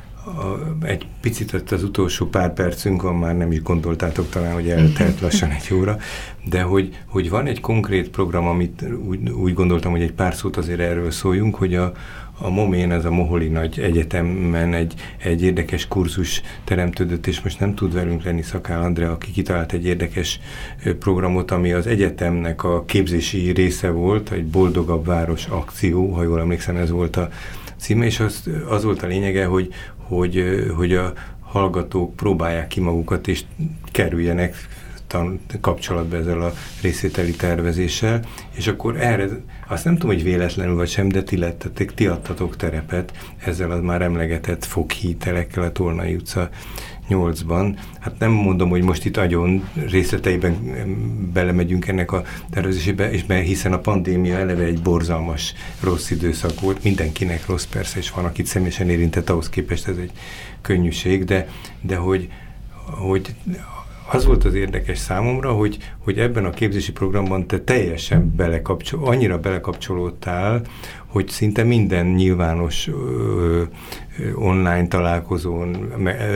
A, egy picit az utolsó pár percünkön már nem is gondoltátok talán, hogy eltelt lassan egy óra, de hogy, hogy van egy konkrét program, amit úgy, úgy gondoltam, hogy egy pár szót azért erről szóljunk, hogy a, a Momén, ez a Moholi Nagy Egyetemen egy, egy érdekes kurzus teremtődött, és most nem tud velünk lenni Szakál Andrea, aki kitalált egy érdekes programot, ami az egyetemnek a képzési része volt, egy boldogabb város akció, ha jól emlékszem, ez volt a címe, és az, az volt a lényege, hogy Hogy, hogy a hallgatók próbálják ki magukat, és kerüljenek tan- kapcsolatba ezzel a részvételi tervezéssel, és akkor erre, azt nem tudom, hogy véletlenül vagy sem, de ti lettetek, ti adtatok terepet ezzel az már emlegetett foghítelekkel a Tolnai utca nyolcban. Hát nem mondom, hogy most itt nagyon részleteiben belemegyünk ennek a tervezésébe, és mert hiszen a pandémia eleve egy borzalmas, rossz időszak volt, mindenkinek rossz persze, és van, akit személyesen érintett, ahhoz képest ez egy könnyűség, de, de hogy, hogy az volt az érdekes számomra, hogy, hogy ebben a képzési programban te teljesen belekapcsol, annyira belekapcsolódtál, hogy szinte minden nyilvános ö, ö, online találkozón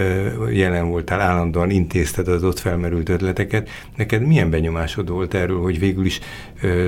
ö, jelen voltál, állandóan intézted az ott felmerült ötleteket. Neked milyen benyomásod volt erről, hogy végül is, ö,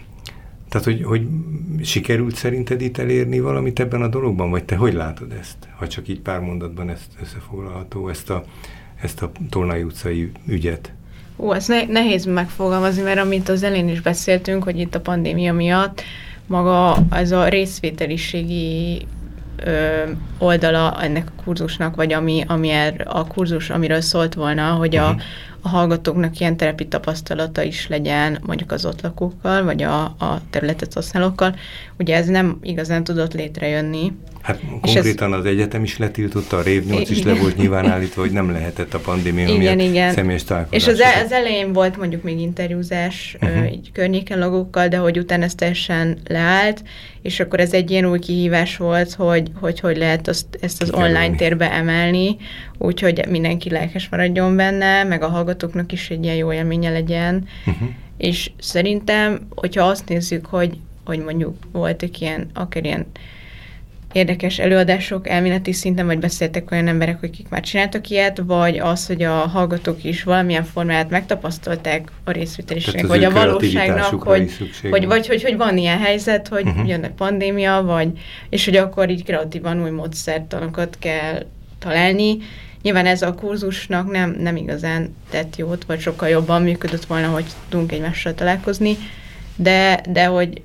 tehát hogy, hogy sikerült szerinted itt elérni valamit ebben a dologban, vagy te hogy látod ezt? Ha csak így pár mondatban ezt összefoglalható, ezt a, ezt a Tolnai utcai ügyet. Ó, ez ne- nehéz megfogalmazni, mert amint az elején is beszéltünk, hogy itt a pandémia miatt maga ez a részvételiségi ö, oldala ennek a kurzusnak, vagy ami, ami er, a kurzus, amiről szólt volna, hogy a, a hallgatóknak ilyen terepi tapasztalata is legyen mondjuk az ott lakókkal, vagy a, a területet használókkal. Ugye ez nem igazán tudott létrejönni. Hát konkrétan ez, az egyetem is letiltotta, a Rév nyolc is le volt nyilván állítva, hogy nem lehetett a pandémia miatt igen. személyes találkozás. És az, az elején volt mondjuk még interjúzás uh-huh. ö, így környéken logókkal, de hogy utána ez teljesen leállt, és akkor ez egy ilyen új kihívás volt, hogy hogy, hogy lehet azt, ezt az Kikerülni. online térbe emelni, úgyhogy mindenki lelkes maradjon benne, meg a hallgatóknak is egy ilyen jó élménye legyen. Uh-huh. És szerintem, hogyha azt nézzük, hogy, hogy mondjuk voltak ilyen, akár ilyen érdekes előadások elméleti szinten, vagy beszéltek olyan emberek, akik már csináltak ilyet, vagy az, hogy a hallgatók is valamilyen formát megtapasztalták a részvételiségnek, vagy a valóságnak, hogy, hogy, vagy hogy, hogy van ilyen helyzet, hogy uh-huh. jön a pandémia, vagy, és hogy akkor így kreatívan új módszertanokat kell találni. Nyilván ez a kurzusnak nem, nem igazán tett jót, vagy sokkal jobban működött volna, hogy tudunk egymással találkozni, de, de hogy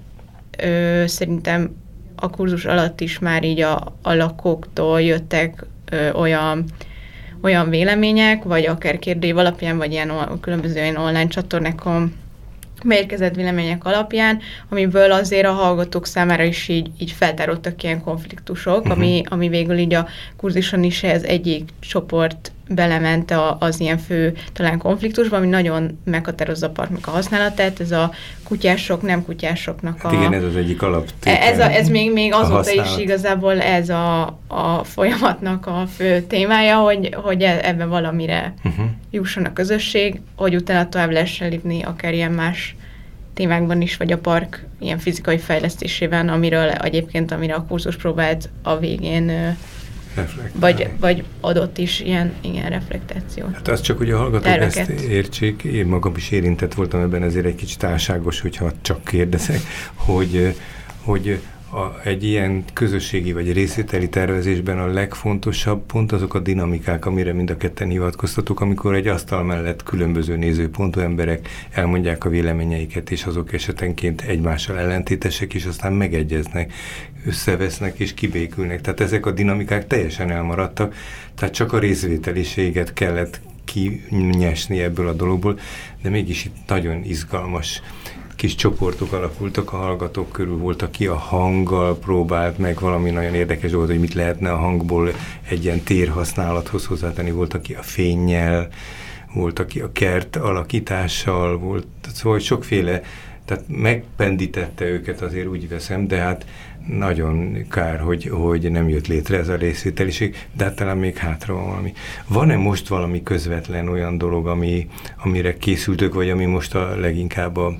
ö, szerintem a kurzus alatt is már így a, a lakóktól jöttek ö, olyan, olyan vélemények, vagy akár kérdőív alapján, vagy ilyen o, különböző ilyen online csatornákon, beérkezett vélemények alapján, amiből azért a hallgatók számára is így, így feltárodtak ilyen konfliktusok, uh-huh. ami, ami végül így a kurzuson is ez egyik csoport belement a, az ilyen fő talán konfliktusba, ami nagyon meghatározza a parknak a használatát, ez a kutyások, nem kutyásoknak a... Hát igen, ez az egyik alaptétel. Ez, a, ez még, még azóta is igazából ez a, a folyamatnak a fő témája, hogy, hogy ebben valamire uh-huh. jusson a közösség, hogy utána tovább lehessen lépni akár ilyen más témákban is, vagy a park ilyen fizikai fejlesztésében, amiről egyébként, amire a kurzus próbált a végén vagy, vagy adott is ilyen, ilyen reflektációt. Hát az csak, hogy a hallgatók terveket. Ezt értsék, én magam is érintett voltam ebben, ezért egy kicsit álságos, hogyha csak kérdezek, hogy, hogy a, egy ilyen közösségi vagy részvételi tervezésben a legfontosabb pont azok a dinamikák, amire mind a ketten hivatkoztatok, amikor egy asztal mellett különböző nézőpontú emberek elmondják a véleményeiket, és azok esetenként egymással ellentétesek, és aztán megegyeznek, összevesznek és kibékülnek. Tehát ezek a dinamikák teljesen elmaradtak, tehát csak a részvételiséget kellett kinyesni ebből a dologból, de mégis itt nagyon izgalmas kis csoportok alakultak a hallgatók körül, volt, aki a hanggal próbált meg valami nagyon érdekes dolgot, hogy mit lehetne a hangból egy ilyen térhasználathoz hozzátenni, volt, aki a fénnyel, volt, aki a kert alakítással, volt, szóval sokféle, tehát megpendítette őket, azért úgy veszem, de hát nagyon kár, hogy, hogy nem jött létre ez a részvételiség, de hát talán még hátra van valami. Van-e most valami közvetlen olyan dolog, ami, amire készültök, vagy ami most a leginkább a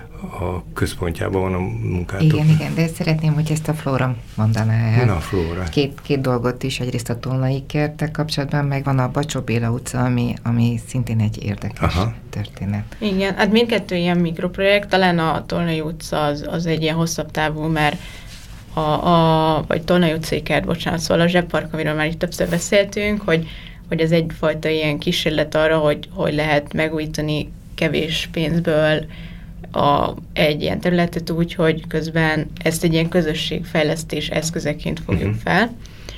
a központjában van a munkátok? Igen, igen, de szeretném, hogy ezt a Flóra mondaná el. Na, Flóra. Két, két dolgot is, egyrészt a Tolnai kerttel kapcsolatban, meg van a Bacsó Béla utca, ami, ami szintén egy érdekes Aha. történet. Igen, hát mindkettő ilyen mikroprojekt, talán a Tolnai utca az, az egy ilyen hosszabb távú, mert a, a vagy Tolnai utcai kert, bocsánat, szóval a zsebpark, amiről már itt többször beszéltünk, hogy, hogy ez egyfajta ilyen kísérlet arra, hogy, hogy lehet megújítani kevés pénzből A, egy ilyen területet úgy, hogy közben ezt egy ilyen közösségfejlesztés eszközeként fogjuk uh-huh. fel.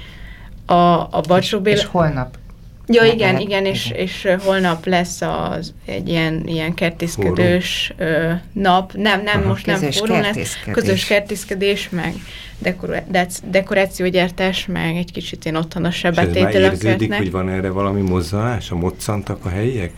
A, a Bacsó Béla... És holnap. Ja, igen, igen, igen, és, és holnap lesz az egy ilyen, ilyen kertészkedős ö, nap. Nem, nem, Aha, most nem fórum lesz. Közös kertészkedés, meg dekor, dekorációgyártás, meg egy kicsit ilyen otthonosabb betétel. És ez már érződik, hogy van erre valami mozzanás? A moccantak a helyiek?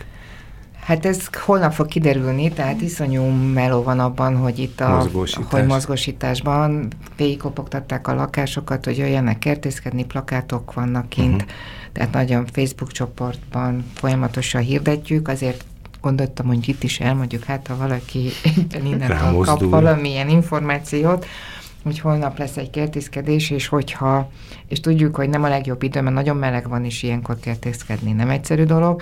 Hát ez holnap fog kiderülni, tehát iszonyú meló van abban, hogy itt a Mozgósítás. hogy mozgósításban végigkopogtatták a lakásokat, hogy jöjjenek kertészkedni, plakátok vannak kint, uh-huh. tehát nagyon Facebook csoportban folyamatosan hirdetjük, azért gondoltam, hogy itt is elmondjuk, hát ha valaki innen kap valamilyen információt, hogy holnap lesz egy kertészkedés, és hogyha, és tudjuk, hogy nem a legjobb idő, mert nagyon meleg van, és ilyenkor kertészkedni nem egyszerű dolog,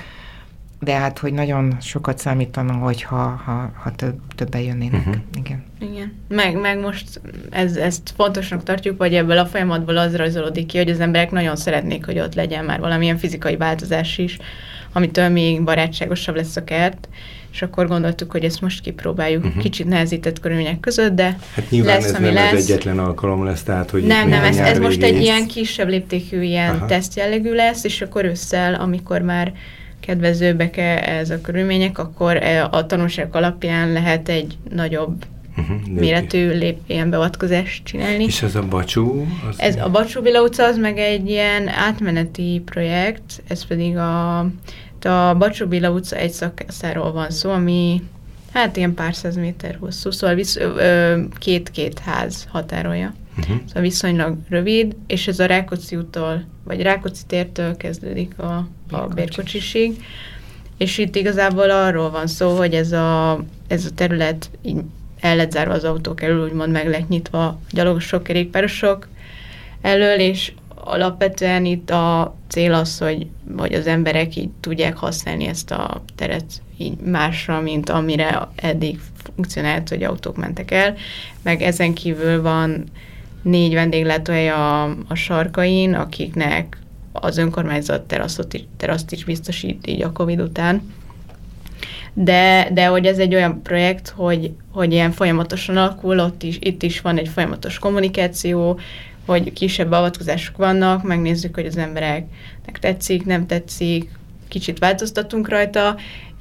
de hát, hogy nagyon sokat számítana, hogyha ha, ha több, többen jönnének. Uh-huh. Igen. Igen. Meg, meg most ez, ezt fontosnak tartjuk, hogy ebből a folyamatból az rajzolódik ki, hogy az emberek nagyon szeretnék, hogy ott legyen már valamilyen fizikai változás is, amitől még barátságosabb lesz a kert, és akkor gondoltuk, hogy ezt most kipróbáljuk uh-huh. kicsit nehezített körülmények között, de hát nyilván lesz, ez ami nem lesz. az egyetlen alkalom lesz, tehát, hogy nem, nem, ez, ez most egy is. ilyen kisebb léptékű ilyen Aha. tesztjellegű lesz, és akkor ősszel, amikor már kedvezőbbek ez a körülmények, akkor a tanulságok alapján lehet egy nagyobb uh-huh, méretű lép, ilyen beavatkozást csinálni. És ez a Bacsó? Az ez a Bacsó Béla utca, az meg egy ilyen átmeneti projekt, ez pedig a, a Bacsó Béla utca egy szakaszáról van szó, ami hát ilyen pár száz méter hosszú, szóval visz, ö, két-két ház határolja. Uh-huh. Szóval viszonylag rövid, és ez a Rákóczi úttól, vagy Rákóczi tértől kezdődik a, a Bérkocsisig, és itt igazából arról van szó, hogy ez a, ez a terület így el lett zárva az autók elől, úgymond meg lett nyitva a gyalogosok, kerékpárosok elől, és alapvetően itt a cél az, hogy, hogy az emberek így tudják használni ezt a teret így másra, mint amire eddig funkcionált, hogy autók mentek el, meg ezen kívül van négy vendéglátóhely a, a sarkain, akiknek az önkormányzat teraszot is, teraszt is biztosít így a Covid után. De, de hogy ez egy olyan projekt, hogy, hogy ilyen folyamatosan alakul, ott is, itt is van egy folyamatos kommunikáció, hogy kisebb beavatkozások vannak, megnézzük, hogy az embereknek tetszik, nem tetszik, kicsit változtatunk rajta,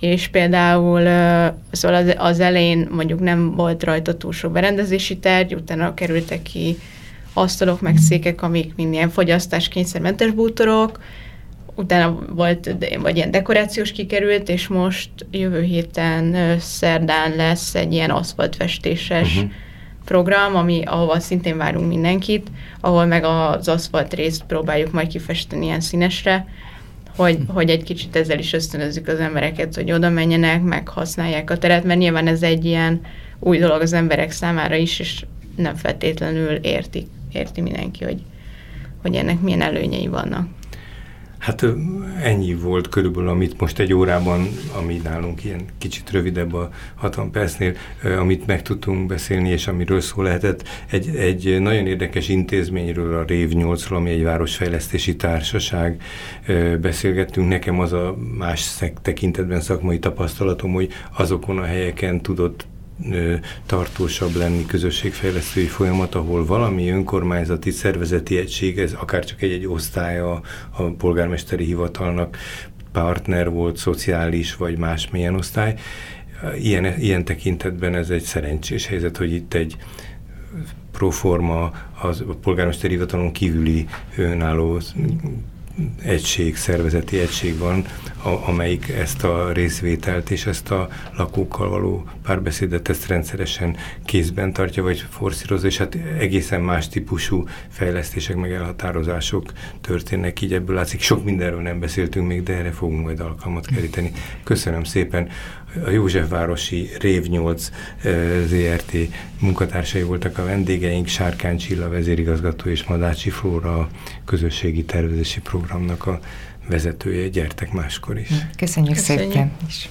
és például szóval az, az elején mondjuk nem volt rajta túl sok berendezési tárgy, utána kerültek ki asztalok, meg székek, amik mind ilyen fogyasztáskényszermentes bútorok, utána volt, vagy ilyen dekorációs kikerült, és most jövő héten szerdán lesz egy ilyen aszfaltfestéses uh-huh. program, ami, ahova szintén várunk mindenkit, ahol meg az aszfalt részt próbáljuk majd kifesteni ilyen színesre, hogy, uh-huh. hogy egy kicsit ezzel is ösztönözzük az embereket, hogy oda menjenek, meg használják a teret, mert nyilván ez egy ilyen új dolog az emberek számára is, és nem feltétlenül érti, érti mindenki, hogy, hogy ennek milyen előnyei vannak. Hát ennyi volt körülbelül, amit most egy órában, ami nálunk ilyen kicsit rövidebb a hatvan percnél, amit meg tudtunk beszélni, és amiről szó lehetett. Egy, egy nagyon érdekes intézményről, a Rév nyolcról, ami egy városfejlesztési társaság, beszélgettünk. Nekem az a más tekintetben szakmai tapasztalatom, hogy azokon a helyeken tudott tartósabb lenni közösségfejlesztői folyamat, ahol valami önkormányzati szervezeti egység, ez akár csak egy-egy osztálya a polgármesteri hivatalnak partner volt, szociális vagy másmilyen osztály. Ilyen, ilyen tekintetben ez egy szerencsés helyzet, hogy itt egy proforma az a polgármesteri hivatalon kívüli önálló egység, szervezeti egység van, a, amelyik ezt a részvételt és ezt a lakókkal való párbeszédet ezt rendszeresen kézben tartja, vagy forszírozza, és hát egészen más típusú fejlesztések, meg elhatározások történnek, így ebből látszik. Sok mindenről nem beszéltünk még, de erre fogunk majd alkalmat keríteni. Köszönöm szépen. A Józsefvárosi Rév nyolc zé er té munkatársai voltak a vendégeink, Sárkány Csilla vezérigazgató és Madácsi Flóra a közösségi tervezési programnak a vezetője. Gyertek máskor is. Köszönjük, Köszönjük. szépen is.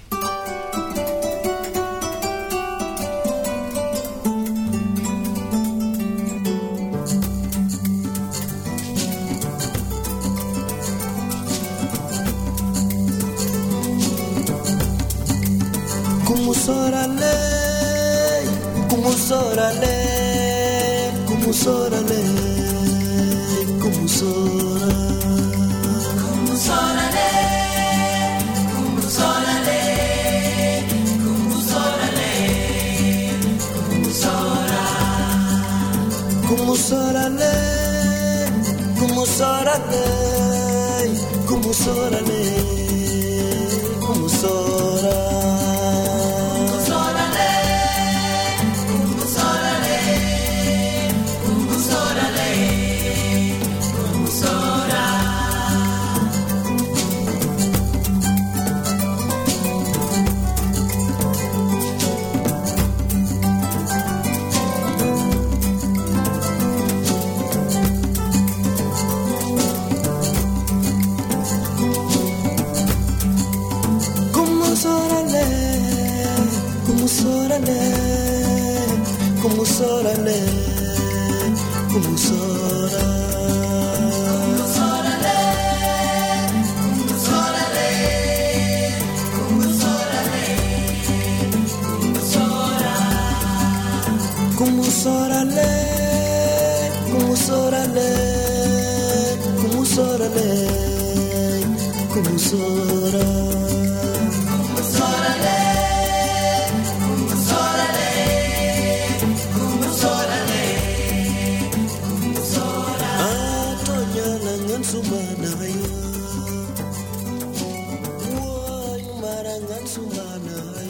Kumusórale, kumusórale, kumusórale, kumusóra. Kumusórale, kumusórale, kumusórale, kumusóra. Kumusórale, kumusórale, kumusórale, kumusóra. Kumusórale, kumusóra. Kumusórale, kumusórale, kumusórale, kumusóra. Kumusórale, kumusórale, kumusórale, kumusóra. Sumana, woi marangan sumana.